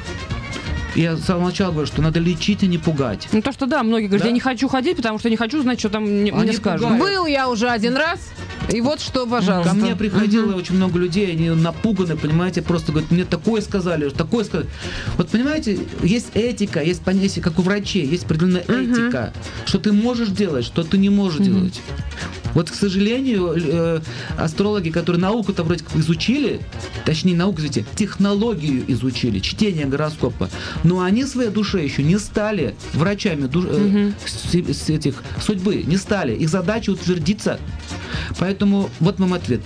Я с самого начала говорю, что надо лечить, а не пугать. Ну то, что да, многие говорят, да? я не хочу ходить, потому что не хочу знать, что там мне, мне скажут. Пугают. Был я уже один раз, и вот что, пожалуйста. Ко мне приходило угу. очень много людей, они напуганы, понимаете, просто говорят, мне такое сказали, такое сказали. Вот понимаете, есть этика, есть понятие, как у врачей, есть определенная угу. этика, что ты можешь делать, что ты не можешь угу. делать. Вот, к сожалению, э, астрологи, которые науку-то вроде как изучили, точнее, науку, извините, технологию изучили, чтение гороскопа, но они в своей душе еще не стали врачами душ, э, mm-hmm. с, с этих судьбы, не стали. Их задача утвердиться. Поэтому вот вам ответ.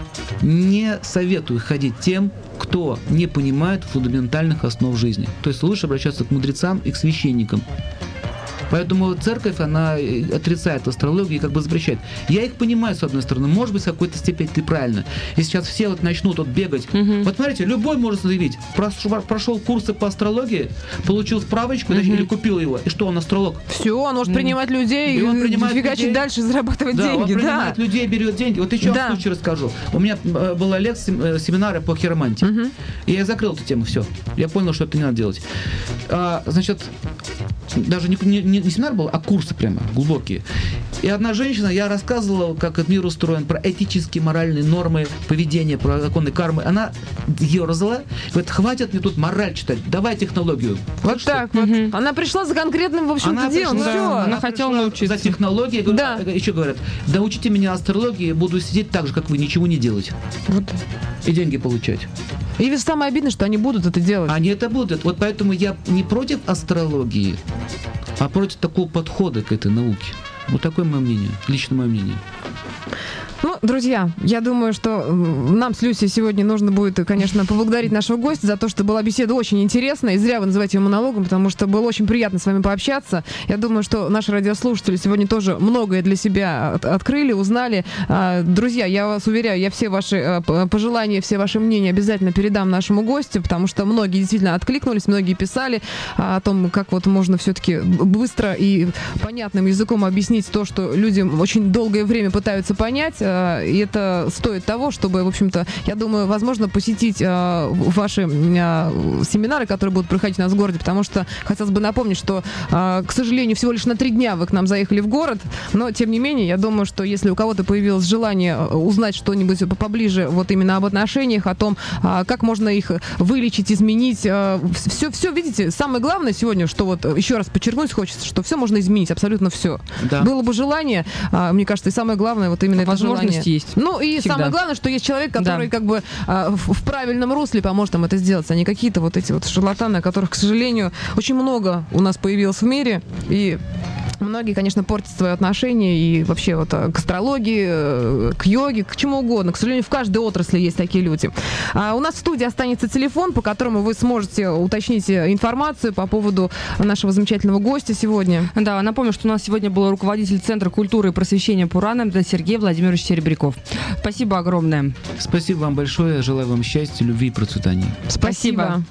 Не советую ходить тем, кто не понимает фундаментальных основ жизни. То есть лучше обращаться к мудрецам и к священникам. Поэтому церковь, она отрицает астрологию и как бы запрещает. Я их понимаю, с одной стороны. Может быть, в какой-то степени ты правильно. Если сейчас все вот начнут вот бегать. Угу. Вот смотрите, любой может заявить. Прошел, прошел курсы по астрологии, получил справочку угу. или купил его. И что, он астролог? Все, он может принимать людей, и он принимает фигачить людей. Дальше, зарабатывать да, деньги. Он принимает да. людей, берет деньги. Вот еще да. один случай расскажу. У меня была лекция, семинары по хиромантии. Угу. И я закрыл эту тему, все. Я понял, что это не надо делать. А, значит, даже не, не, не семинар был, а курсы прямо глубокие. И одна женщина, я рассказывала, как этот мир устроен, про этические, моральные нормы поведения, про законы кармы. Она ерзала, говорит, хватит мне тут мораль читать, давай технологию. Вот что? Так вот. Угу. Она пришла за конкретным, в общем-то, делом. Да, все. Она, она хотела научиться. За технологии. Да. Еще говорят, да учите меня астрологии, буду сидеть так же, как вы, ничего не делать. Вот. И деньги получать. И ведь самое обидное, что они будут это делать. Они это будут. Вот поэтому я не против астрологии, а против такого подхода к этой науке. Вот такое мое мнение, личное мое мнение. Ну, друзья, я думаю, что нам с Люсей сегодня нужно будет, конечно, поблагодарить нашего гостя за то, что была беседа очень интересная. И зря вы называете ее монологом, потому что было очень приятно с вами пообщаться. Я думаю, что наши радиослушатели сегодня тоже многое для себя от- открыли, узнали. Друзья, я вас уверяю, я все ваши пожелания, все ваши мнения обязательно передам нашему гостю, потому что многие действительно откликнулись, многие писали о том, как вот можно все-таки быстро и понятным языком объяснить то, что люди очень долгое время пытаются понять. И это стоит того, чтобы, в общем-то, я думаю, возможно, посетить э, ваши э, семинары, которые будут проходить у нас в городе, потому что хотелось бы напомнить, что, э, к сожалению, всего лишь на три дня вы к нам заехали в город, но, тем не менее, я думаю, что если у кого-то появилось желание узнать что-нибудь поближе вот именно об отношениях, о том, э, как можно их вылечить, изменить, э, все, все, видите, самое главное сегодня, что вот еще раз подчеркнуть хочется, что все можно изменить, абсолютно все. Да. Было бы желание, э, мне кажется, и самое главное, вот именно это желание. Есть. Ну и Всегда. самое главное, что есть человек, который да. как бы а, в, в правильном русле поможет нам это сделать, а не какие-то вот эти вот шарлатаны, которых, к сожалению, очень много у нас появилось в мире. И Многие, конечно, портят свои отношения и вообще вот к астрологии, к йоге, к чему угодно. К сожалению, в каждой отрасли есть такие люди. А у нас в студии останется телефон, по которому вы сможете уточнить информацию по поводу нашего замечательного гостя сегодня. Да, напомню, что у нас сегодня был руководитель Центра культуры и просвещения Пурана, это Сергей Владимирович Серебряков. Спасибо огромное. Спасибо вам большое. Желаю вам счастья, любви и процветания. Спасибо.